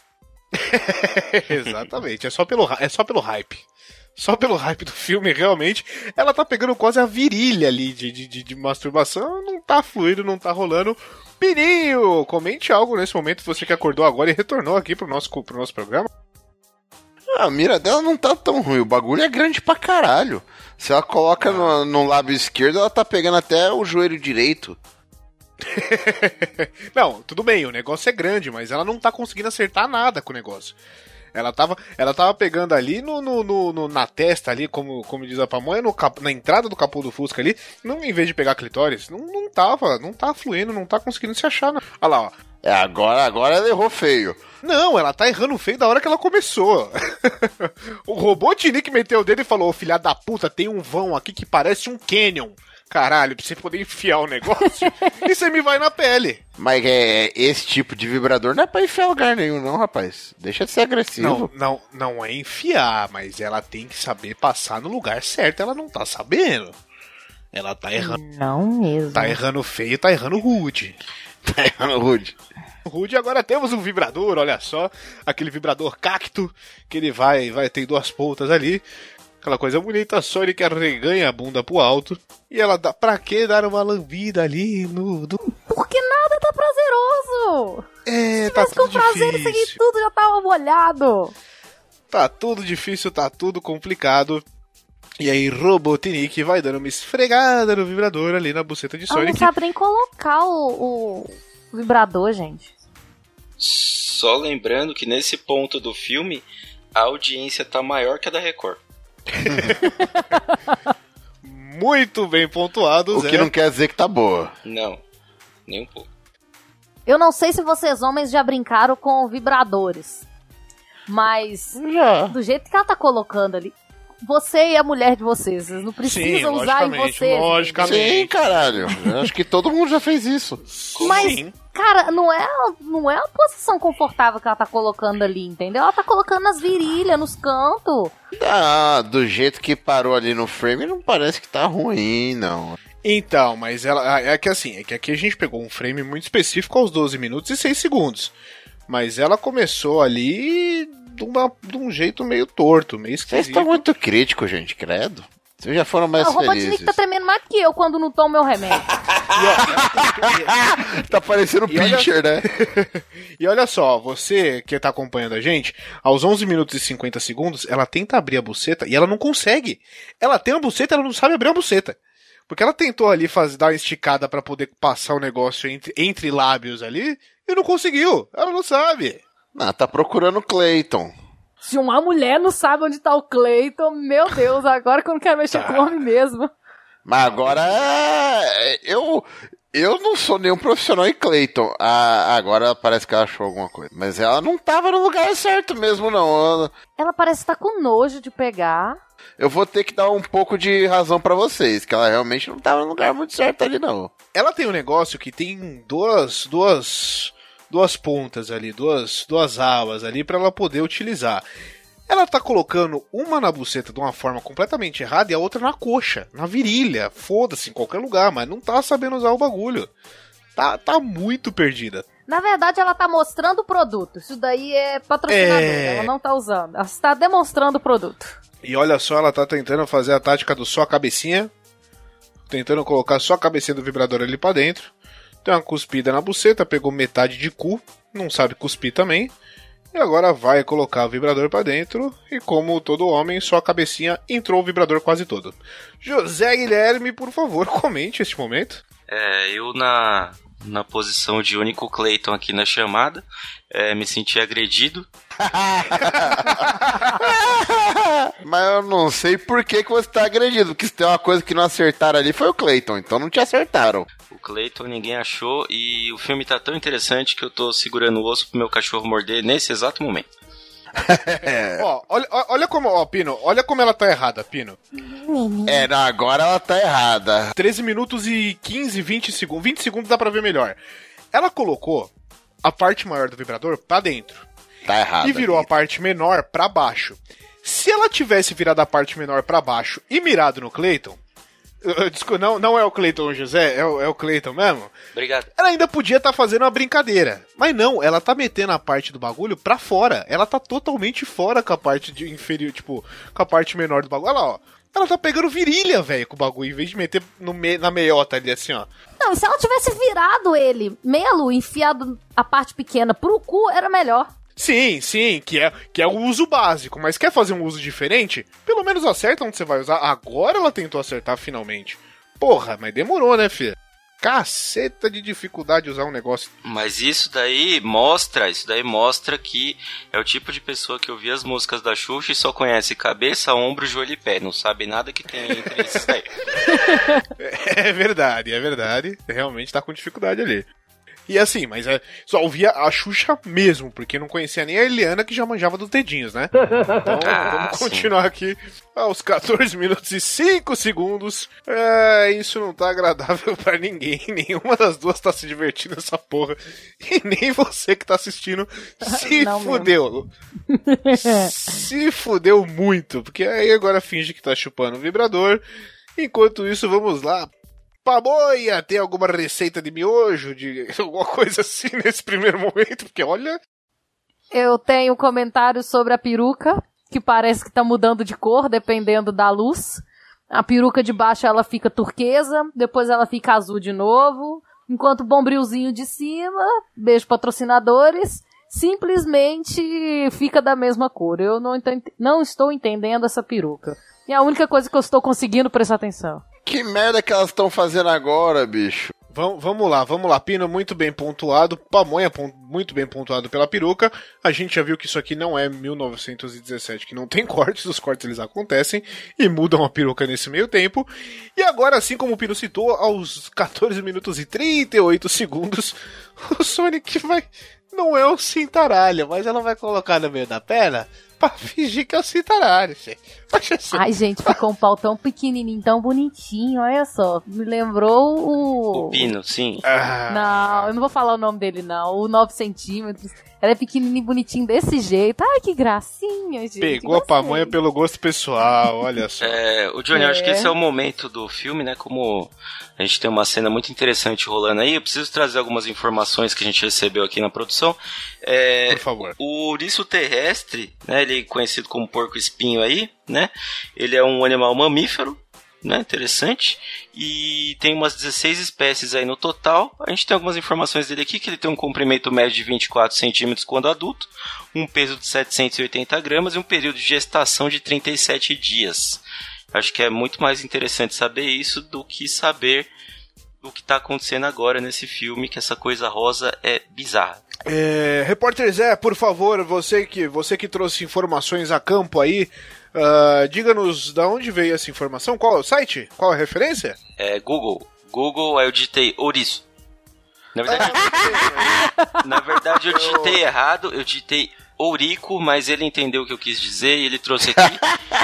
Exatamente, é só pelo hype. Só pelo hype do filme, realmente, ela tá pegando quase a virilha ali de masturbação, não tá fluindo, não tá rolando. Pininho, comente algo nesse momento, você que acordou agora e retornou aqui pro nosso programa. A mira dela não tá tão ruim, o bagulho é grande pra caralho. Se ela coloca no lábio esquerdo, ela tá pegando até o joelho direito. Não, tudo bem, o negócio é grande, mas ela não tá conseguindo acertar nada com o negócio. Ela tava pegando ali na testa ali, como diz a pamonha, na entrada do capô do Fusca ali, não, em vez de pegar a clitóris, não tá fluindo, não tá conseguindo se achar. Não. Olha lá, ó. Agora ela errou feio. Não, ela tá errando feio da hora que ela começou. O Robotnik meteu o dedo e falou, filha da puta, tem um vão aqui que parece um canyon. Caralho, pra você poder enfiar o negócio e você me vai na pele. Mas esse tipo de vibrador não é pra enfiar lugar nenhum, não, rapaz. Deixa de ser agressivo. Não é enfiar, mas ela tem que saber passar no lugar certo. Ela não tá sabendo. Ela tá errando. Não mesmo. Tá errando feio, tá errando rude. Tá errando rude. Rude, agora temos um vibrador, olha só. Aquele vibrador cacto, que ele vai ter duas pontas ali. Aquela coisa bonita, a Sonic arreganha a bunda pro alto. E ela dá. Pra que dar uma lambida ali no. Porque nada tá prazeroso! Se tá tivesse tudo com prazer, difícil. isso aqui tudo já tava molhado. Tá tudo difícil, tá tudo complicado. E aí Robotnik vai dando uma esfregada no vibrador ali na buceta de Ela Sonic. não sabe nem colocar o vibrador, gente. Só lembrando que nesse ponto do filme, a audiência tá maior que a da Record. Muito bem pontuado, O Zé. que não quer dizer que tá boa. Não, nem um pouco. Eu não sei se vocês homens já brincaram com vibradores, mas do jeito que ela tá colocando ali, você e a mulher de vocês não precisam usar em vocês. Logicamente. Sim, caralho. Eu acho que todo mundo já fez isso. Mas, Sim. cara, não é a posição confortável que ela tá colocando ali, entendeu? Ela tá colocando nas virilhas, nos cantos. Ah, do jeito que parou ali no frame, não parece que tá ruim, não. Então, mas ela é que aqui a gente pegou um frame muito específico aos 12 minutos e 6 segundos. Mas ela começou ali de um jeito meio torto, meio Vocês esquisito. estão muito críticos, gente, credo. Vocês já foram mais O felizes. Robotnik tá tremendo mais que eu quando não tomo meu remédio. Tá parecendo o E olha- Pincher, né? E olha só, você que tá acompanhando a gente, aos 11 minutos e 50 segundos, ela tenta abrir a buceta e ela não consegue. Ela tem a buceta, ela não sabe abrir a buceta. Porque ela tentou ali dar uma esticada pra poder passar o negócio entre lábios ali e não conseguiu. Ela não sabe. Ah, tá procurando o Clayton. Se uma mulher não sabe onde tá o Clayton, meu Deus, agora que eu não quero mexer com o homem mesmo. Mas agora, eu não sou nenhum profissional em Clayton. Agora parece que ela achou alguma coisa. Mas ela não tava no lugar certo mesmo, não. Ela parece estar com nojo de pegar. Eu vou ter que dar um pouco de razão pra vocês, que ela realmente não tava no lugar muito certo ali, não. Ela tem um negócio que tem duas pontas ali, duas abas ali pra ela poder utilizar. Ela tá colocando uma na buceta de uma forma completamente errada e a outra na coxa, na virilha, foda-se, em qualquer lugar, mas não tá sabendo usar o bagulho. Tá muito perdida. Na verdade, ela tá mostrando o produto. Isso daí é patrocinador, ela não tá usando. Ela está demonstrando o produto. E olha só, ela tá tentando fazer a tática do só a cabecinha, tentando colocar só a cabecinha do vibrador ali pra dentro. Tem uma cuspida na buceta, pegou metade de cu, não sabe cuspir também. E agora vai colocar o vibrador pra dentro. E como todo homem, só a cabecinha entrou o vibrador quase todo. José Guilherme, por favor, comente este momento. Eu na posição de único Clayton aqui na chamada, me senti agredido. Mas eu não sei por que você tá agredido. Porque se tem uma coisa que não acertaram ali foi o Clayton, então não te acertaram. O Clayton ninguém achou e o filme tá tão interessante que eu tô segurando o osso pro meu cachorro morder nesse exato momento. Olha como, Pino, olha como ela tá errada, Pino. Agora ela tá errada. 13 minutos e 15, 20 segundos. 20 segundos dá pra ver melhor. Ela colocou a parte maior do vibrador pra dentro. Tá errado. E virou a parte menor pra baixo. Se ela tivesse virado a parte menor pra baixo e mirado no Clayton... Não é o Clayton José, é o Clayton mesmo? Obrigado. Ela ainda podia estar fazendo uma brincadeira. Mas não, ela tá metendo a parte do bagulho pra fora. Ela tá totalmente fora com a parte de inferior, tipo, com a parte menor do bagulho. Olha lá, ó. Ela tá pegando virilha, velho, com o bagulho, em vez de meter na meiota ali, assim, ó. Não, e se ela tivesse virado ele, meia lua, enfiado a parte pequena pro cu, era melhor. Sim, que é o uso básico, mas quer fazer um uso diferente? Pelo menos acerta onde você vai usar. Agora ela tentou acertar finalmente. Porra, mas demorou, né, filha? Caceta de dificuldade usar um negócio. Mas isso daí mostra que é o tipo de pessoa que ouvia as músicas da Xuxa e só conhece cabeça, ombro, joelho e pé. Não sabe nada que tem entre esses daí. É verdade. Realmente tá com dificuldade ali. E assim, mas só ouvia a Xuxa mesmo, porque não conhecia nem a Eliana, que já manjava dos dedinhos, né? Então, vamos continuar aqui aos 14 minutos e 5 segundos. Isso não tá agradável pra ninguém. Nenhuma das duas tá se divertindo nessa porra. E nem você que tá assistindo se fudeu. Se fudeu muito, porque aí agora finge que tá chupando o vibrador. Enquanto isso, vamos lá. Pamonha, tem alguma receita de miojo, de alguma coisa assim nesse primeiro momento? Porque olha... Eu tenho comentários sobre a peruca, que parece que tá mudando de cor, dependendo da luz. A peruca de baixo ela fica turquesa, depois ela fica azul de novo, enquanto o bombrilzinho de cima, beijo patrocinadores, simplesmente fica da mesma cor. Eu não estou entendendo essa peruca. E é a única coisa que eu estou conseguindo prestar atenção. Que merda que elas estão fazendo agora, bicho? Vamos lá, Pino, muito bem pontuado, Pamonha, muito bem pontuado pela peruca. A gente já viu que isso aqui não é 1917, que não tem cortes, os cortes eles acontecem e mudam a peruca nesse meio tempo. E agora, assim como o Pino citou, aos 14 minutos e 38 segundos, o Sonic vai... Não é o cintaralho, mas ela vai colocar no meio da perna pra fingir que é o cintaralho, gente. Ai, gente, ficou um pau tão pequenininho, tão bonitinho, olha só. Me lembrou o Pino, sim. Não, eu não vou falar o nome dele, não. O 9 centímetros. Ela é pequenininha e bonitinha desse jeito. Ai, que gracinha, gente. Pegou a pamonha pelo gosto pessoal, olha só. O Johnny, eu acho que esse é o momento do filme, né? Como a gente tem uma cena muito interessante rolando aí, eu preciso trazer algumas informações que a gente recebeu aqui na produção. Por favor. O ouriço terrestre, né? Ele é conhecido como porco-espinho aí, né? Ele é um animal mamífero, né? Interessante. E tem umas 16 espécies aí no total. A gente tem algumas informações dele aqui, que ele tem um comprimento médio de 24 centímetros quando adulto, um peso de 780 gramas e um período de gestação de 37 dias. Acho que é muito mais interessante saber isso do que saber o que está acontecendo agora nesse filme, que essa coisa rosa é bizarra. Repórter Zé, por favor, você que trouxe informações a campo aí, diga-nos da onde veio essa informação, qual é o site, qual é a referência? Google. Google, aí eu digitei ouriço. Na verdade eu digitei errado, eu digitei ourico, mas ele entendeu o que eu quis dizer e ele trouxe aqui.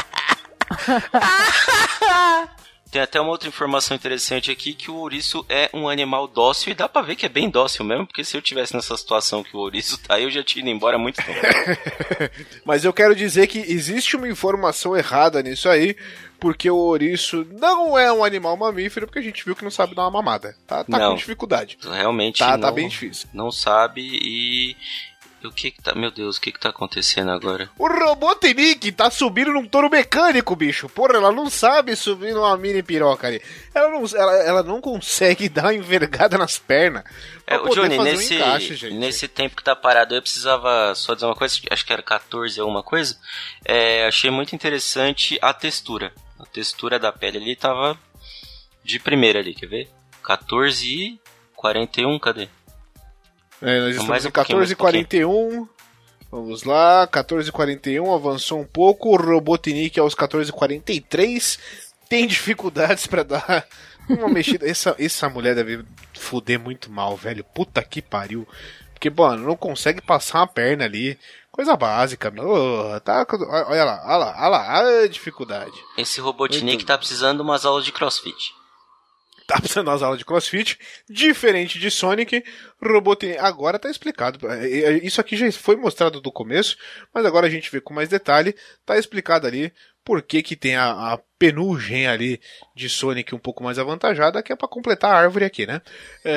Tem até uma outra informação interessante aqui, que o ouriço é um animal dócil, e dá pra ver que é bem dócil mesmo, porque se eu tivesse nessa situação que o ouriço tá, eu já tinha ido embora há muito tempo. Mas eu quero dizer que existe uma informação errada nisso aí, porque o ouriço não é um animal mamífero, porque a gente viu que não sabe dar uma mamada. Tá com dificuldade. Realmente tá bem difícil. Não sabe e... Meu Deus, o que tá acontecendo agora? O Robotnik tá subindo num touro mecânico, bicho. Porra, ela não sabe subir numa mini piroca ali. Ela não consegue dar uma envergada nas pernas. O Johnny, nesse tempo que tá parado, eu precisava só dizer uma coisa, acho que era 14 alguma coisa. Achei muito interessante a textura. A textura da pele ali tava de primeira ali, quer ver? 14 e 41, cadê? Nós estamos em 14h41. Vamos lá, 14h41, avançou um pouco. O Robotnik aos 14h43 tem dificuldades pra dar uma mexida. Essa mulher deve fuder muito mal, velho. Puta que pariu. Porque, mano, não consegue passar uma perna ali. Coisa básica, meu. Olha lá, a dificuldade. Esse Robotnik tá precisando de umas aulas de crossfit. Tá precisando das aulas de crossfit, diferente de Sonic, Robotnik, agora tá explicado, isso aqui já foi mostrado do começo, mas agora a gente vê com mais detalhe, tá explicado ali por que tem a penugem ali de Sonic um pouco mais avantajada, que é pra completar a árvore aqui, né?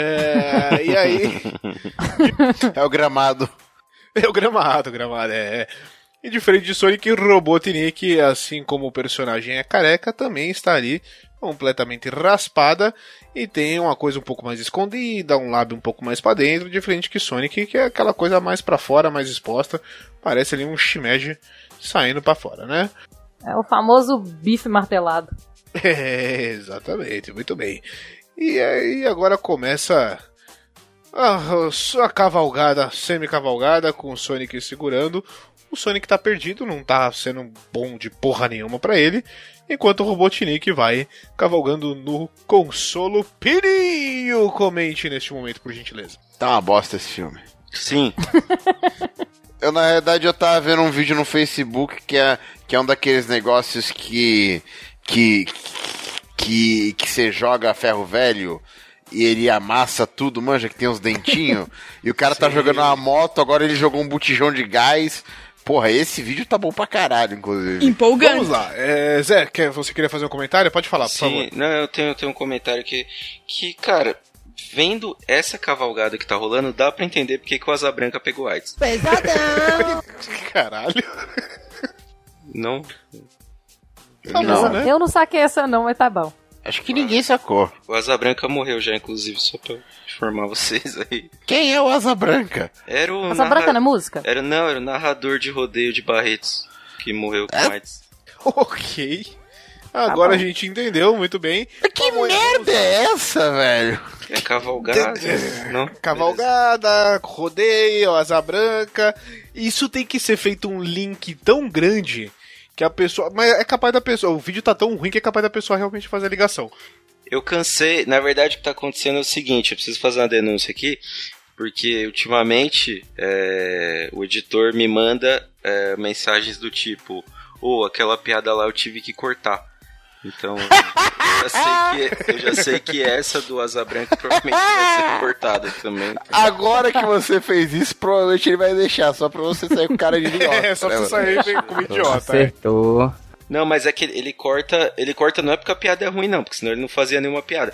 E aí... É o gramado. É o gramado, E diferente de Sonic, Robotnik, assim como o personagem é careca, também está ali completamente raspada e tem uma coisa um pouco mais escondida, um lábio um pouco mais pra dentro, diferente que Sonic, que é aquela coisa mais pra fora, mais exposta, parece ali um shimeji saindo pra fora, né? É o famoso bife martelado. Exatamente, muito bem. E aí agora começa a cavalgada, semi-cavalgada, com o Sonic segurando. O Sonic tá perdido, não tá sendo bom de porra nenhuma pra ele, enquanto o Robotnik vai cavalgando no consolo. Pirinho, comente neste momento, por gentileza. Tá uma bosta esse filme. Sim. Na realidade, eu tava vendo um vídeo no Facebook que é um daqueles negócios que você joga ferro velho e ele amassa tudo, manja, que tem uns dentinhos. E o cara tá jogando uma moto, agora ele jogou um botijão de gás. Porra, esse vídeo tá bom pra caralho, inclusive. Empolgante. Vamos lá. Zé, você queria fazer um comentário? Pode falar, por favor. Não, eu tenho um comentário que, cara, vendo essa cavalgada que tá rolando, dá pra entender porque que o Asa Branca pegou AIDS. Pesadão. Caralho. Não? Não, né? Eu não saquei essa não, mas tá bom. Acho que ninguém sacou. O Asa Branca morreu já, inclusive, só pra informar vocês aí. Quem é o Asa Branca? Era o Asa Branca na música? Era o narrador de rodeio de Barretos, que morreu com AIDS. Ok. Agora a gente entendeu muito bem. Que merda é essa, velho? É cavalgada? Não? Cavalgada, rodeio, Asa Branca. Isso tem que ser feito um link tão grande que a pessoa... Mas é capaz da pessoa... O vídeo tá tão ruim que é capaz da pessoa realmente fazer a ligação. Eu cansei... Na verdade, o que tá acontecendo é o seguinte. Eu preciso fazer uma denúncia aqui. Porque, ultimamente, o editor me manda mensagens do tipo... aquela piada lá eu tive que cortar. Então, eu já sei que essa do Asa Branca provavelmente vai ser cortada também. Agora que você fez isso, provavelmente ele vai deixar, só pra você sair com cara de idiota. Só pra você sair com idiota. Acertou. Não, mas é que ele corta não é porque a piada é ruim não, porque senão ele não fazia nenhuma piada.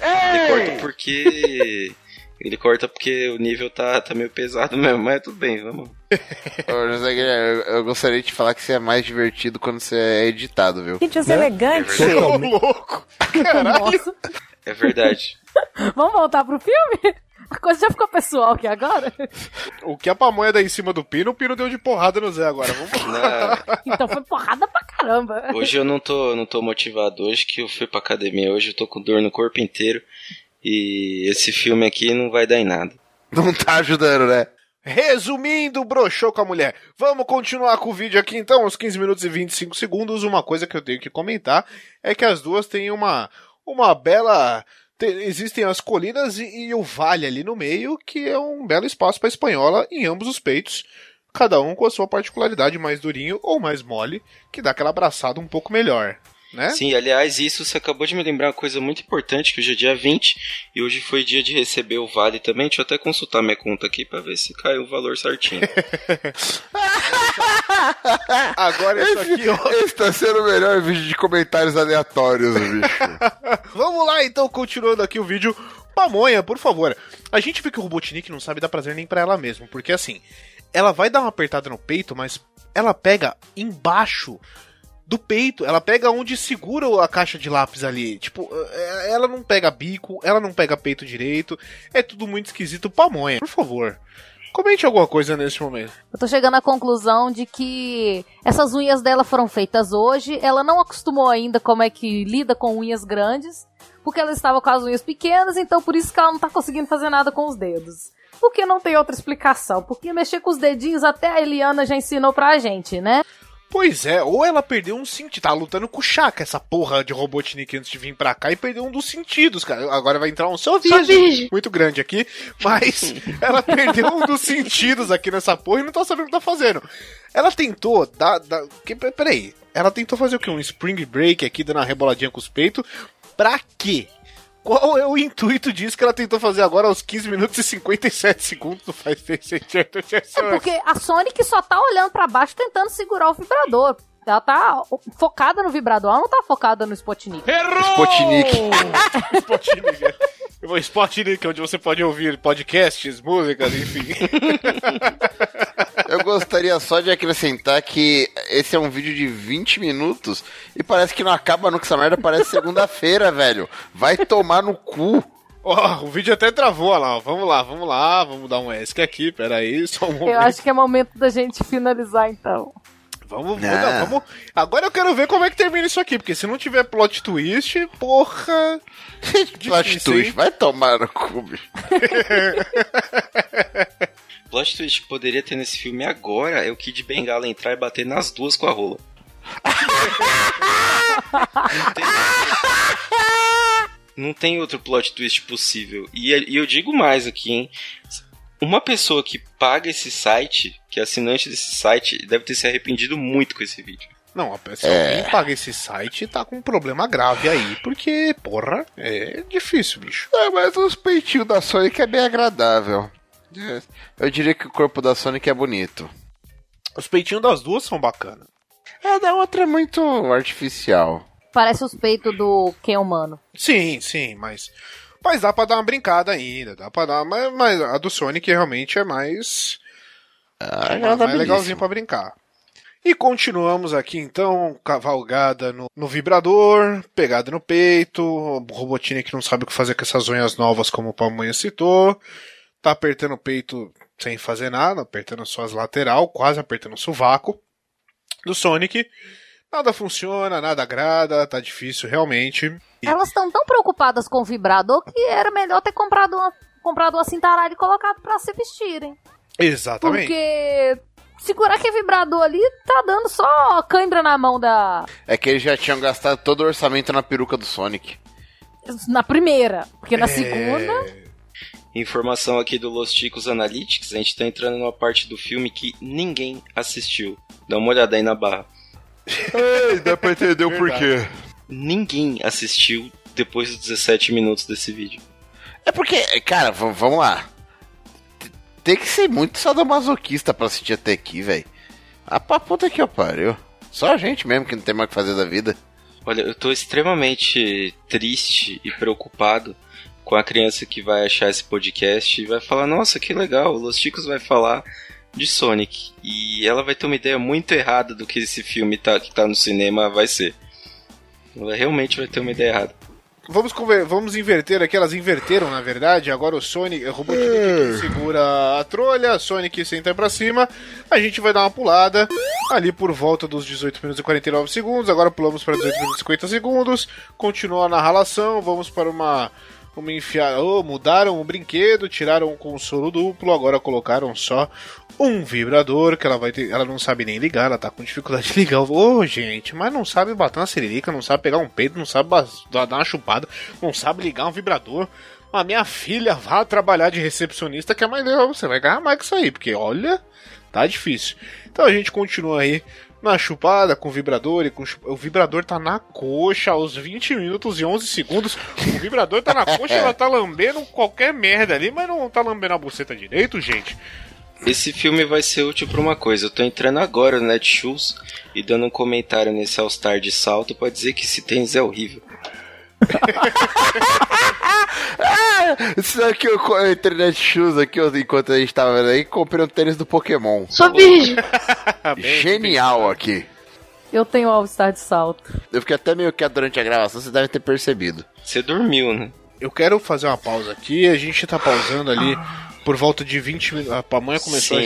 Ele corta porque o nível tá meio pesado mesmo, mas tudo bem, vamos. Ô, José Guilherme, eu gostaria de falar que você é mais divertido quando você é editado, viu? Que deselegante. Ô, louco. Caralho. Nossa. É verdade. Vamos voltar pro filme? A coisa já ficou pessoal aqui agora? O que a pamonha dá em cima do Pino, o Pino deu de porrada no Zé agora. Vamos lá. Então foi porrada pra caramba. Hoje eu não tô motivado, hoje que eu fui pra academia, hoje eu tô com dor no corpo inteiro. E esse filme aqui não vai dar em nada. Não tá ajudando, né? Resumindo, broxou com a mulher. Vamos continuar com o vídeo aqui então, uns 15 minutos e 25 segundos. Uma coisa que eu tenho que comentar é que as duas têm uma bela... Existem as colinas e o vale ali no meio, que é um belo espaço para espanhola em ambos os peitos. Cada um com a sua particularidade, mais durinho ou mais mole, que dá aquela abraçada um pouco melhor. Né? Sim, aliás, isso você acabou de me lembrar uma coisa muito importante, que hoje é dia 20 e hoje foi dia de receber o vale também. Deixa eu até consultar minha conta aqui pra ver se caiu o valor certinho. Agora isso aqui, ó. Esse tá sendo o melhor vídeo de comentários aleatórios, bicho. Vamos lá, então, continuando aqui o vídeo. Pamonha, por favor. A gente vê que o Robotnik não sabe dar prazer nem pra ela mesmo, porque assim, ela vai dar uma apertada no peito, mas ela pega embaixo do peito, ela pega onde segura a caixa de lápis ali. Tipo, ela não pega bico, ela não pega peito direito. É tudo muito esquisito. Pamonha, por favor, comente alguma coisa nesse momento. Eu tô chegando à conclusão de que essas unhas dela foram feitas hoje. Ela não acostumou ainda como é que lida com unhas grandes, porque ela estava com as unhas pequenas, então por isso que ela não tá conseguindo fazer nada com os dedos. Porque não tem outra explicação. Porque mexer com os dedinhos até a Eliana já ensinou pra gente, né? Pois é, ou ela perdeu um sentido. Tá lutando com o Chaka, essa porra de Robotnik antes de vir pra cá, e perdeu um dos sentidos, cara. Agora vai entrar um sorriso muito grande aqui, mas ela perdeu um dos sentidos aqui nessa porra e não tá sabendo o que tá fazendo. Ela tentou peraí, ela tentou fazer o quê? Um spring break aqui, dando uma reboladinha com os peitos. Pra quê? Qual é o intuito disso que ela tentou fazer agora aos 15 minutos e 57 segundos? Não faz sentido. É porque a Sonic só tá olhando pra baixo tentando segurar o vibrador. Ela tá focada no vibrador, ela não tá focada no Spotnik. Spotnik. Spotnik, onde você pode ouvir podcasts, músicas, enfim. Eu gostaria só de acrescentar que esse é um vídeo de 20 minutos e parece que não acaba nunca, essa merda parece segunda-feira, velho. Vai tomar no cu. O vídeo até travou, olha lá. Vamos lá, vamos dar um ESC aqui, peraí, só um momento. Eu acho que é momento da gente finalizar, então. Vamos. Agora eu quero ver como é que termina isso aqui, porque se não tiver plot twist, porra. Plot twist, vai tomar no cu, bicho. Plot twist que poderia ter nesse filme agora é o Kid Bengala entrar e bater nas duas com a rola. Não tem outro plot twist possível. E eu digo mais aqui, hein? Uma pessoa que paga esse site, que é assinante desse site, deve ter se arrependido muito com esse vídeo. Não, se alguém paga esse site, tá com um problema grave aí, porque, porra, é difícil, bicho. Mas os peitinhos da Sonic é bem agradável. Eu diria que o corpo da Sonic é bonito. Os peitinhos das duas são bacanas. A da outra é muito artificial. Parece os peitos do Ken humano. Sim, mas dá pra dar uma brincada ainda, dá pra dar, mas a do Sonic realmente é mais mais legalzinho pra brincar. E continuamos aqui então, cavalgada no vibrador, pegada no peito, o Robotnik que não sabe o que fazer com essas unhas novas, como o Pamonha citou, tá apertando o peito sem fazer nada, apertando só as lateral, quase apertando o sovaco do Sonic. Nada funciona, nada agrada, tá difícil realmente. Elas estão tão preocupadas com o vibrador que era melhor ter comprado uma cintaralha e colocado pra se vestirem. Exatamente. Porque segurar aquele vibrador ali tá dando só cãibra na mão da... É que eles já tinham gastado todo o orçamento na peruca do Sonic. Na primeira, porque na segunda... Informação aqui do Los Chicos Analytics, a gente tá entrando numa parte do filme que ninguém assistiu. Dá uma olhada aí na barra. Ei, dá pra entender o porquê. Ninguém assistiu depois dos 17 minutos desse vídeo. É porque, cara, vamos lá. Tem que ser muito sadomasoquista pra assistir até aqui, velho. Ah, pra puta que eu pariu. Só a gente mesmo que não tem mais o que fazer da vida. Olha, eu tô extremamente triste e preocupado com a criança que vai achar esse podcast e vai falar, nossa, que legal, o Los Chicos vai falar de Sonic. E ela vai ter uma ideia muito errada do que esse filme que tá no cinema vai ser. Ela realmente vai ter uma ideia errada. Vamos inverter aqui, elas inverteram na verdade. Agora o Sonic, o Robotnik segura a trolha, Sonic senta pra cima. A gente vai dar uma pulada ali por volta dos 18 minutos e 49 segundos. Agora pulamos para 18 minutos e 50 segundos. Continua a narração, vamos para uma Vamos enfiar. Mudaram o brinquedo, tiraram o consolo duplo, agora colocaram só um vibrador que ela vai ter. Ela não sabe nem ligar, ela tá com dificuldade de ligar. Gente, mas não sabe bater uma siririca, não sabe pegar um peito, não sabe dar uma chupada, não sabe ligar um vibrador. A minha filha vá trabalhar de recepcionista, que é mais legal, você vai ganhar mais que isso aí, porque olha, tá difícil. Então a gente continua aí na chupada com o vibrador e com o vibrador tá na coxa aos 20 minutos e 11 segundos. O vibrador tá na coxa, ela tá lambendo qualquer merda ali, mas não tá lambendo a buceta direito, gente. Esse filme vai ser útil pra uma coisa. Eu tô entrando agora no Netshoes e dando um comentário nesse All Star de salto pra dizer que esse tênis é horrível. Isso aqui eu entrei na Netshoes aqui enquanto a gente tava vendo aí, comprei um tênis do Pokémon. Sou virgem. Genial aqui. Eu tenho All-Star de salto. Eu fiquei até meio quieto durante a gravação, você deve ter percebido. Você dormiu, né? Eu quero fazer uma pausa aqui, a gente tá pausando ali por volta de 20 minutos. A pamonha começou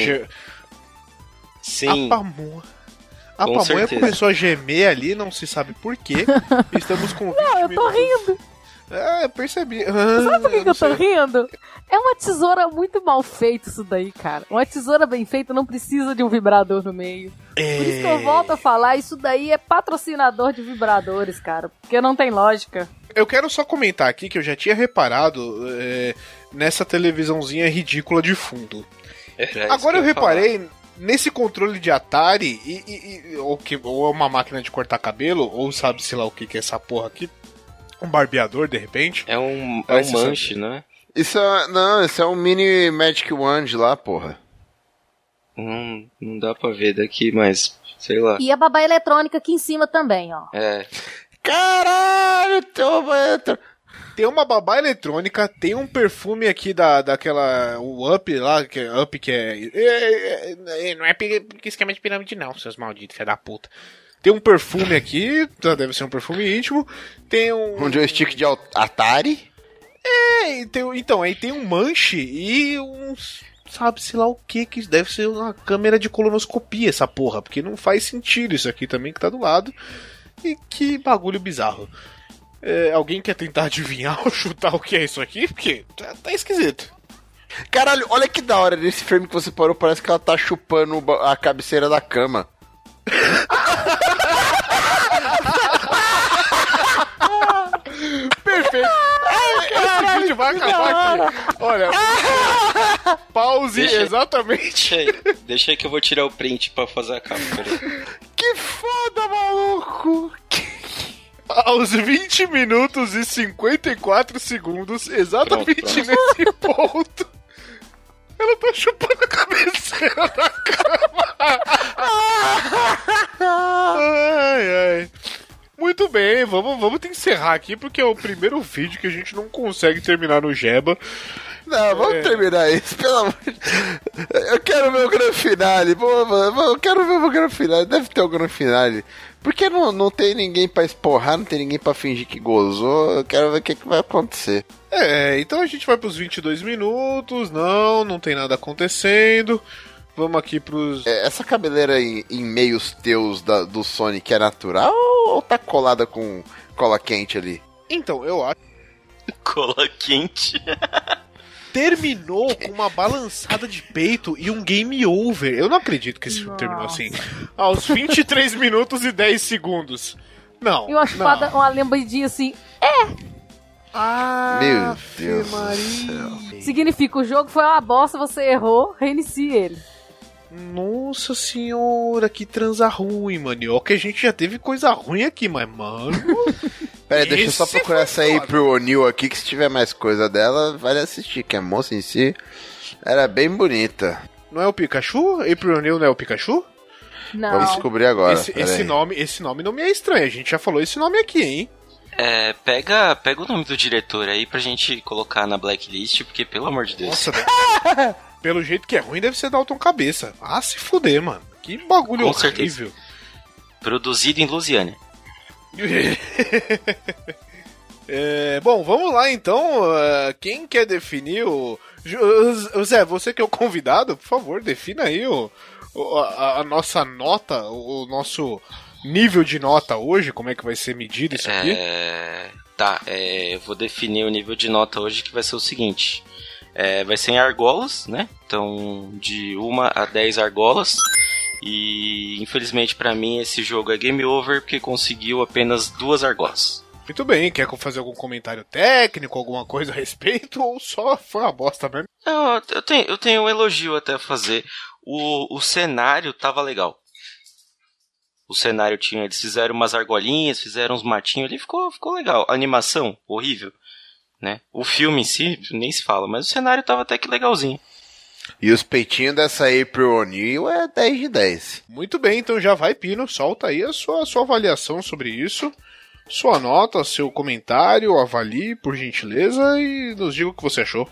Sim. A pamonha começou a gemer ali, não se sabe por quê. Estamos com 20 Não, eu tô rindo. Percebi. Sabe por que eu tô rindo? É uma tesoura muito mal feita isso daí, cara. Uma tesoura bem feita não precisa de um vibrador no meio. Por isso que eu volto a falar, isso daí é patrocinador de vibradores, cara. Porque não tem lógica. Eu quero só comentar aqui que eu já tinha reparado nessa televisãozinha ridícula de fundo. Agora eu reparei nesse controle de Atari ou é uma máquina de cortar cabelo, ou sabe-se lá o que é essa porra aqui. Um barbeador, de repente. É um manche, né? Isso é um mini Magic Wand lá, porra. Não dá pra ver daqui, mas sei lá. E a babá eletrônica aqui em cima também, ó. Caralho, tem uma babá eletrônica. Tem uma babá eletrônica, tem um perfume aqui daquela... O Up lá, que é Up, que é... Não é esquema de pirâmide não, seus malditos, filha da puta. Tem um perfume aqui, deve ser um perfume íntimo. Tem um joystick de Atari. Então, aí tem um manche e uns... Sabe-se lá o que deve ser uma câmera de colonoscopia essa porra, porque não faz sentido isso aqui também que tá do lado. E que bagulho bizarro. Alguém quer tentar adivinhar ou chutar o que é isso aqui? Porque tá esquisito. Caralho, olha que da hora, nesse frame que você parou, parece que ela tá chupando a cabeceira da cama. Perfeito. Esse vídeo vai acabar aqui. Olha, pause exatamente. Deixa aí que eu vou tirar o print pra fazer a capa. Que foda, maluco! Aos 20 minutos e 54 segundos, exatamente nesse ponto, ela tá chupando a cabeceira da cama. Ai. Muito bem, vamos encerrar aqui, porque é o primeiro vídeo que a gente não consegue terminar no Jeba. Não, vamos terminar isso, pelo amor de Deus. Eu quero ver o grande finale. Eu quero ver o grande finale. Deve ter o grande finale. Porque não tem ninguém pra esporrar, não tem ninguém pra fingir que gozou. Eu quero ver o que vai acontecer. Então a gente vai pros 22 minutos. Não tem nada acontecendo. Vamos aqui pros... Essa cabeleira em meios teus do Sonic é natural ou tá colada com cola quente ali? Então, eu acho... Cola quente? Terminou com uma balançada de peito e um game over. Eu não acredito que esse filme terminou assim. Aos 23 minutos e 10 segundos. Não. E uma chupada, uma lembradinha assim. Meu Deus do céu. Significa, o jogo foi uma bosta, você errou, reinicie ele. Nossa senhora, que transa ruim, mano. Que a gente já teve coisa ruim aqui, mas, mano... Pera aí, deixa eu só procurar essa aí pro O'Neill aqui, que se tiver mais coisa dela, vale assistir, que a moça em si era bem bonita. Não é o Pikachu? April O'Neil não é o Pikachu? Não. Vamos descobrir agora. Esse nome não me é estranho, a gente já falou esse nome aqui, hein? Pega o nome do diretor aí pra gente colocar na blacklist, porque pelo amor de Deus. Nossa, pelo jeito que é ruim, deve ser Dalton Cabeça. Ah, se fuder, mano. Que bagulho com horrível. Certeza. Produzido em Lusiânia. Bom, vamos lá então. Quem quer definir o... Zé, você que é o convidado, por favor, defina aí a nossa nota, o nosso nível de nota hoje, como é que vai ser medido isso aqui? Tá, eu vou definir o nível de nota hoje, que vai ser o seguinte. Vai ser em argolas, né? Então, de 1 a 10 argolas. E, infelizmente, pra mim, esse jogo é game over, porque conseguiu apenas 2 argolas. Muito bem, quer fazer algum comentário técnico, alguma coisa a respeito, ou só foi uma bosta mesmo? Não, eu tenho um elogio até a fazer. O cenário tava legal. O cenário eles fizeram umas argolinhas, fizeram uns matinhos ali, ficou legal. A animação, horrível, né? O filme em si, nem se fala, mas o cenário tava até que legalzinho. E os peitinhos dessa April O'Neil é 10 de 10. Muito bem, então já vai, Pino, solta aí a sua avaliação sobre isso. Sua nota, seu comentário, avalie, por gentileza, e nos diga o que você achou.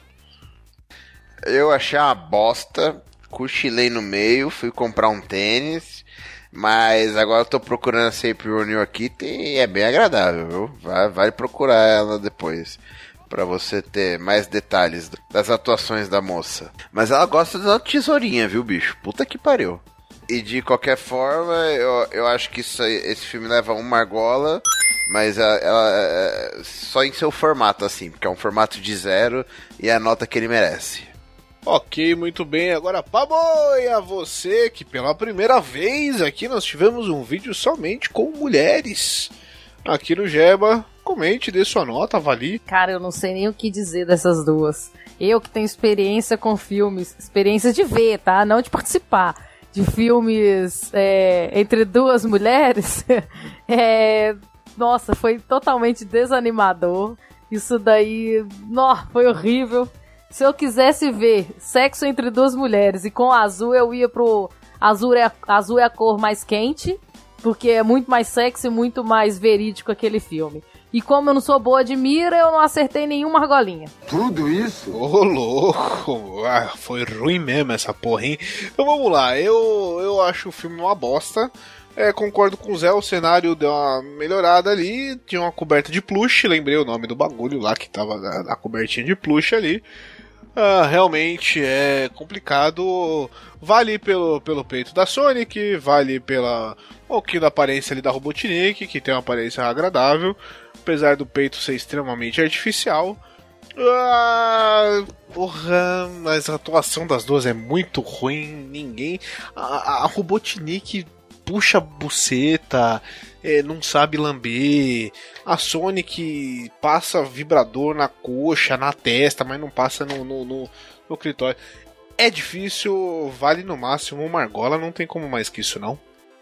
Eu achei uma bosta, cochilei no meio, fui comprar um tênis, mas agora eu tô procurando essa April O'Neil aqui, é bem agradável, viu? Vai procurar ela depois, pra você ter mais detalhes das atuações da moça. Mas ela gosta da tesourinha, viu, bicho? Puta que pariu. E de qualquer forma, eu acho que esse filme leva uma argola, mas ela só em seu formato, assim, porque é um formato de 0 e é a nota que ele merece. Ok, muito bem. Agora, Pamonha, você que pela primeira vez aqui nós tivemos um vídeo somente com mulheres. Aqui no Jeba, comente, dê sua nota, avalie. Cara, eu não sei nem o que dizer dessas duas. Eu que tenho experiência com filmes, experiência de ver, tá? Não de participar. De filmes entre duas mulheres. Nossa, foi totalmente desanimador. Isso daí, foi horrível. Se eu quisesse ver sexo entre duas mulheres e com azul, eu ia pro azul é a cor mais quente, porque é muito mais sexy e muito mais verídico aquele filme. E como eu não sou boa de mira, eu não acertei nenhuma argolinha. Tudo isso? Ô, louco! Foi ruim mesmo essa porra, hein? Então vamos lá, eu acho o filme uma bosta. Concordo com o Zé, o cenário deu uma melhorada ali, tinha uma coberta de plush, lembrei o nome do bagulho lá que tava a cobertinha de plush ali. Realmente é complicado. Vale pelo peito da Sonic, vale pela um pouquinho da aparência ali da Robotnik, que tem uma aparência agradável, apesar do peito ser extremamente artificial. Porra, mas a atuação das duas é muito ruim. A Robotnik puxa a buceta, não sabe lamber. A Sonic passa vibrador na coxa, na testa, mas não passa no clitóris. É difícil, vale no máximo uma argola, não tem como mais que isso, não.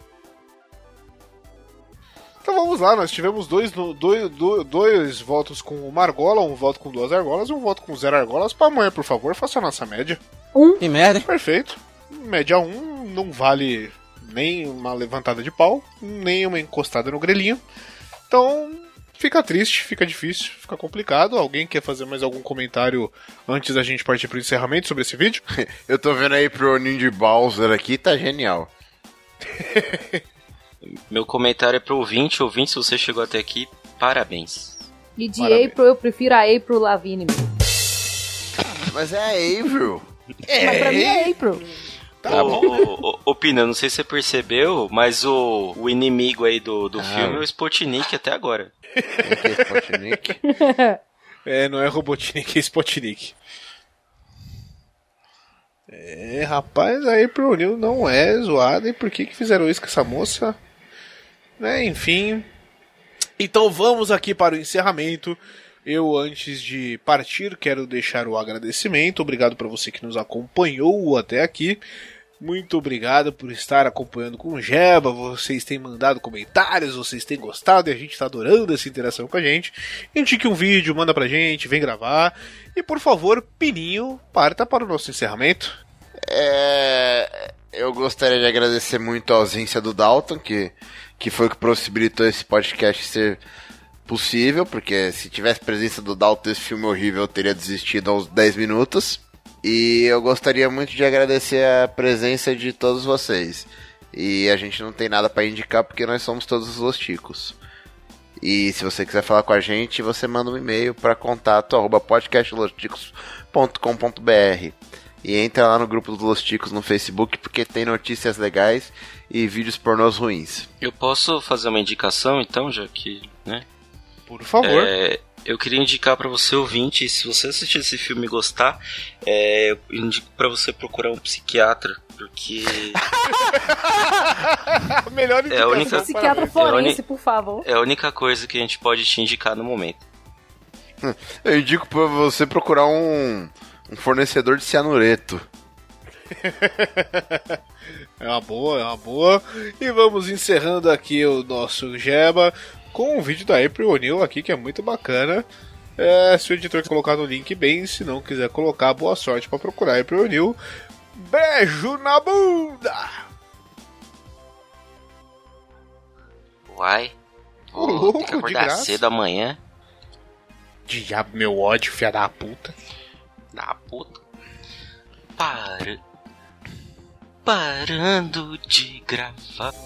Então vamos lá, nós tivemos dois votos com uma argola, um voto com 2 argolas e um voto com 0 argolas. Pamonha, por favor, faça a nossa média. 1. Que merda. Perfeito. Média 1 não vale nem uma levantada de pau, nem uma encostada no grelhinho. Então, fica triste, fica difícil, fica complicado. Alguém quer fazer mais algum comentário antes da gente partir pro encerramento sobre esse vídeo? Eu tô vendo aí pro Ninja Bowser aqui, tá genial. Meu comentário é pro ouvinte, se você chegou até aqui, parabéns. E de April, eu prefiro a April Lavigne. Mas é a April. Mas pra mim é April. Tá bom. Ô Pina, não sei se você percebeu, mas o inimigo aí do filme é o Spotnik até agora. Que é Spotnik? Não é Robotnik, é Spotnik. Rapaz, a April O'Neil não é zoada. E por que fizeram isso com essa moça? Enfim. Então vamos aqui para o encerramento. Eu, antes de partir, quero deixar o agradecimento. Obrigado para você que nos acompanhou até aqui. Muito obrigado por estar acompanhando com o Jeba. Vocês têm mandado comentários, vocês têm gostado e a gente está adorando essa interação com a gente. Indique um vídeo, manda pra gente, vem gravar. E por favor, Pininho, parta para o nosso encerramento. Eu gostaria de agradecer muito a ausência do Dalton, que foi o que possibilitou esse podcast ser possível, porque se tivesse presença do Dalton nesse filme horrível, eu teria desistido aos 10 minutos. E eu gostaria muito de agradecer a presença de todos vocês. E a gente não tem nada para indicar porque nós somos todos os Losticos. E se você quiser falar com a gente, você manda um e-mail para contato@podcastlosticos.com.br e entra lá no grupo dos Losticos no Facebook, porque tem notícias legais e vídeos pornôs ruins. Eu posso fazer uma indicação então, já que, né? Por favor. Eu queria indicar pra você, ouvinte, se você assistir esse filme e gostar, eu indico pra você procurar um psiquiatra, porque... Melhor indicação. a única- Psiquiatra forense, por favor. É a única coisa que a gente pode te indicar no momento. Eu indico pra você procurar um fornecedor de cianureto. É uma boa. E vamos encerrando aqui o nosso Jeba com um vídeo da April O'Neil aqui, que é muito bacana. Se o editor colocar no link, bem, se não quiser colocar, boa sorte pra procurar April O'Neil. Beijo na bunda! Uai, Ô, vou louco, ter que de acordar graça. cedo amanhã. Diabo, meu ódio, filha da puta. Da puta. Parando de gravar.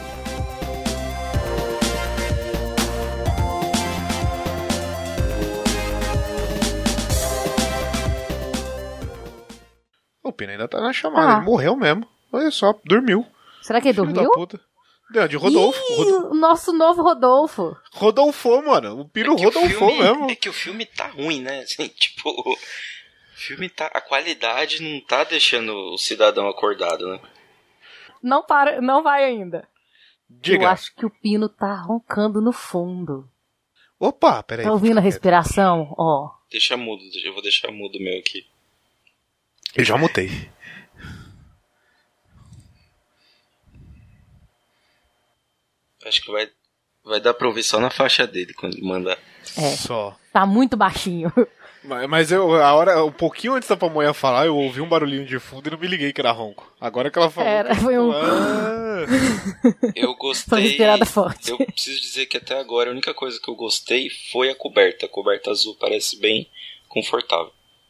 O Pina ainda tá na chamada, ele morreu mesmo. Olha só, dormiu. Será que ele Filho da dormiu? puta. Não, de Rodolfo. Ih, o nosso novo Rodolfo. Rodolfo, mano. O Pino Rodolfo mesmo. É que o filme tá ruim, né? Assim, tipo, o filme tá. A qualidade não tá deixando o cidadão acordado, né? Não vai ainda. Diga. Eu acho que o Pino tá roncando no fundo. Opa, peraí. Tá ouvindo a respiração? Ó. Deixa mudo, eu vou deixar mudo o meu aqui. Eu já mutei. Acho que vai dar pra ouvir só na faixa dele quando ele mandar. Só. Tá muito baixinho. Mas um pouquinho antes da Pamonha falar, eu ouvi um barulhinho de fundo e não me liguei que era ronco. Agora que ela falou. Foi um. Eu gostei. Foi uma respirada forte. Eu preciso dizer que até agora a única coisa que eu gostei foi a coberta. A coberta azul parece bem confortável.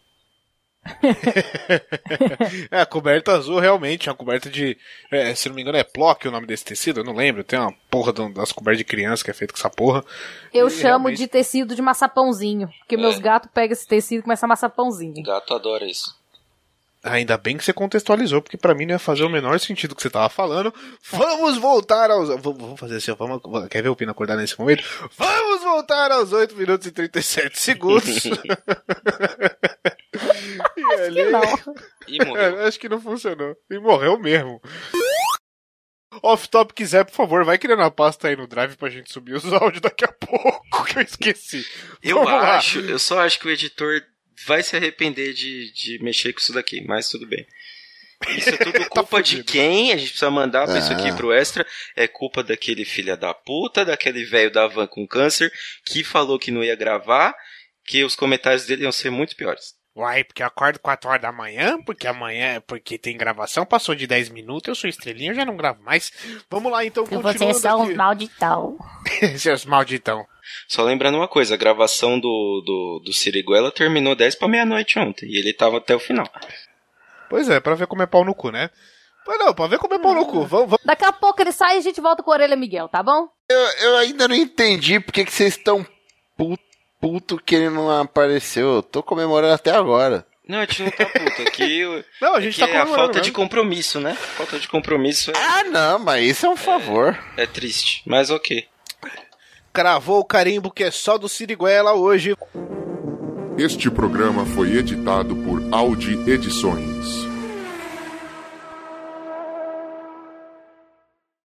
A coberta azul realmente, uma coberta de. Se não me engano, é Plock o nome desse tecido, eu não lembro. Tem uma porra das cobertas de criança que é feita com essa porra. Eu E chamo realmente- de tecido de maçapãozinho. Porque meus gatos pegam esse tecido e começam a amassar pãozinho. Gato adora isso. Ainda bem que você contextualizou, porque pra mim não ia fazer o menor sentido o que você tava falando. Vamos voltar aos... Vamos fazer assim, quer ver o Pino acordar nesse momento? Vamos voltar aos 8 minutos e 37 segundos. E ali... Que não. E morreu. Acho que não funcionou. E morreu mesmo. Off-top quiser, por favor, vai criando a pasta aí no Drive pra gente subir os áudios daqui a pouco, que eu esqueci. Eu Vamos lá. só acho que o editor vai se arrepender de mexer com isso daqui, mas tudo bem. Isso é tudo culpa de fudido. quem? A gente precisa mandar pra isso aqui pro Extra. É culpa daquele filho da puta, daquele velho da van com câncer, que falou que não ia gravar, que os comentários dele iam ser muito piores. Uai, porque eu acordo 4 horas da manhã, porque tem gravação, passou de 10 minutos, eu sou estrelinha, eu já não gravo mais. Vamos lá então, continuando Vocês são aqui. malditão. Seus malditão. Só lembrando uma coisa, a gravação do Siriguela terminou 10 pra meia-noite ontem, e ele tava até o final. Pois é, pra ver como é pau no cu, né? Pois não, pra ver como é pau no cu. Vamos. Daqui a pouco ele sai e a gente volta com a Orelha Miguel, tá bom? Eu ainda não entendi porque que vocês estão puto que ele não apareceu. Eu tô comemorando até agora. Não, a gente não tá puto. Aqui, Não, a gente tá aqui é a comemorando falta mesmo. de compromisso, né? Falta de compromisso Ah, não, mas isso é um favor. é triste, mas ok. Cravou o carimbo que é só do Siriguela hoje. Este programa foi editado por Audi Edições.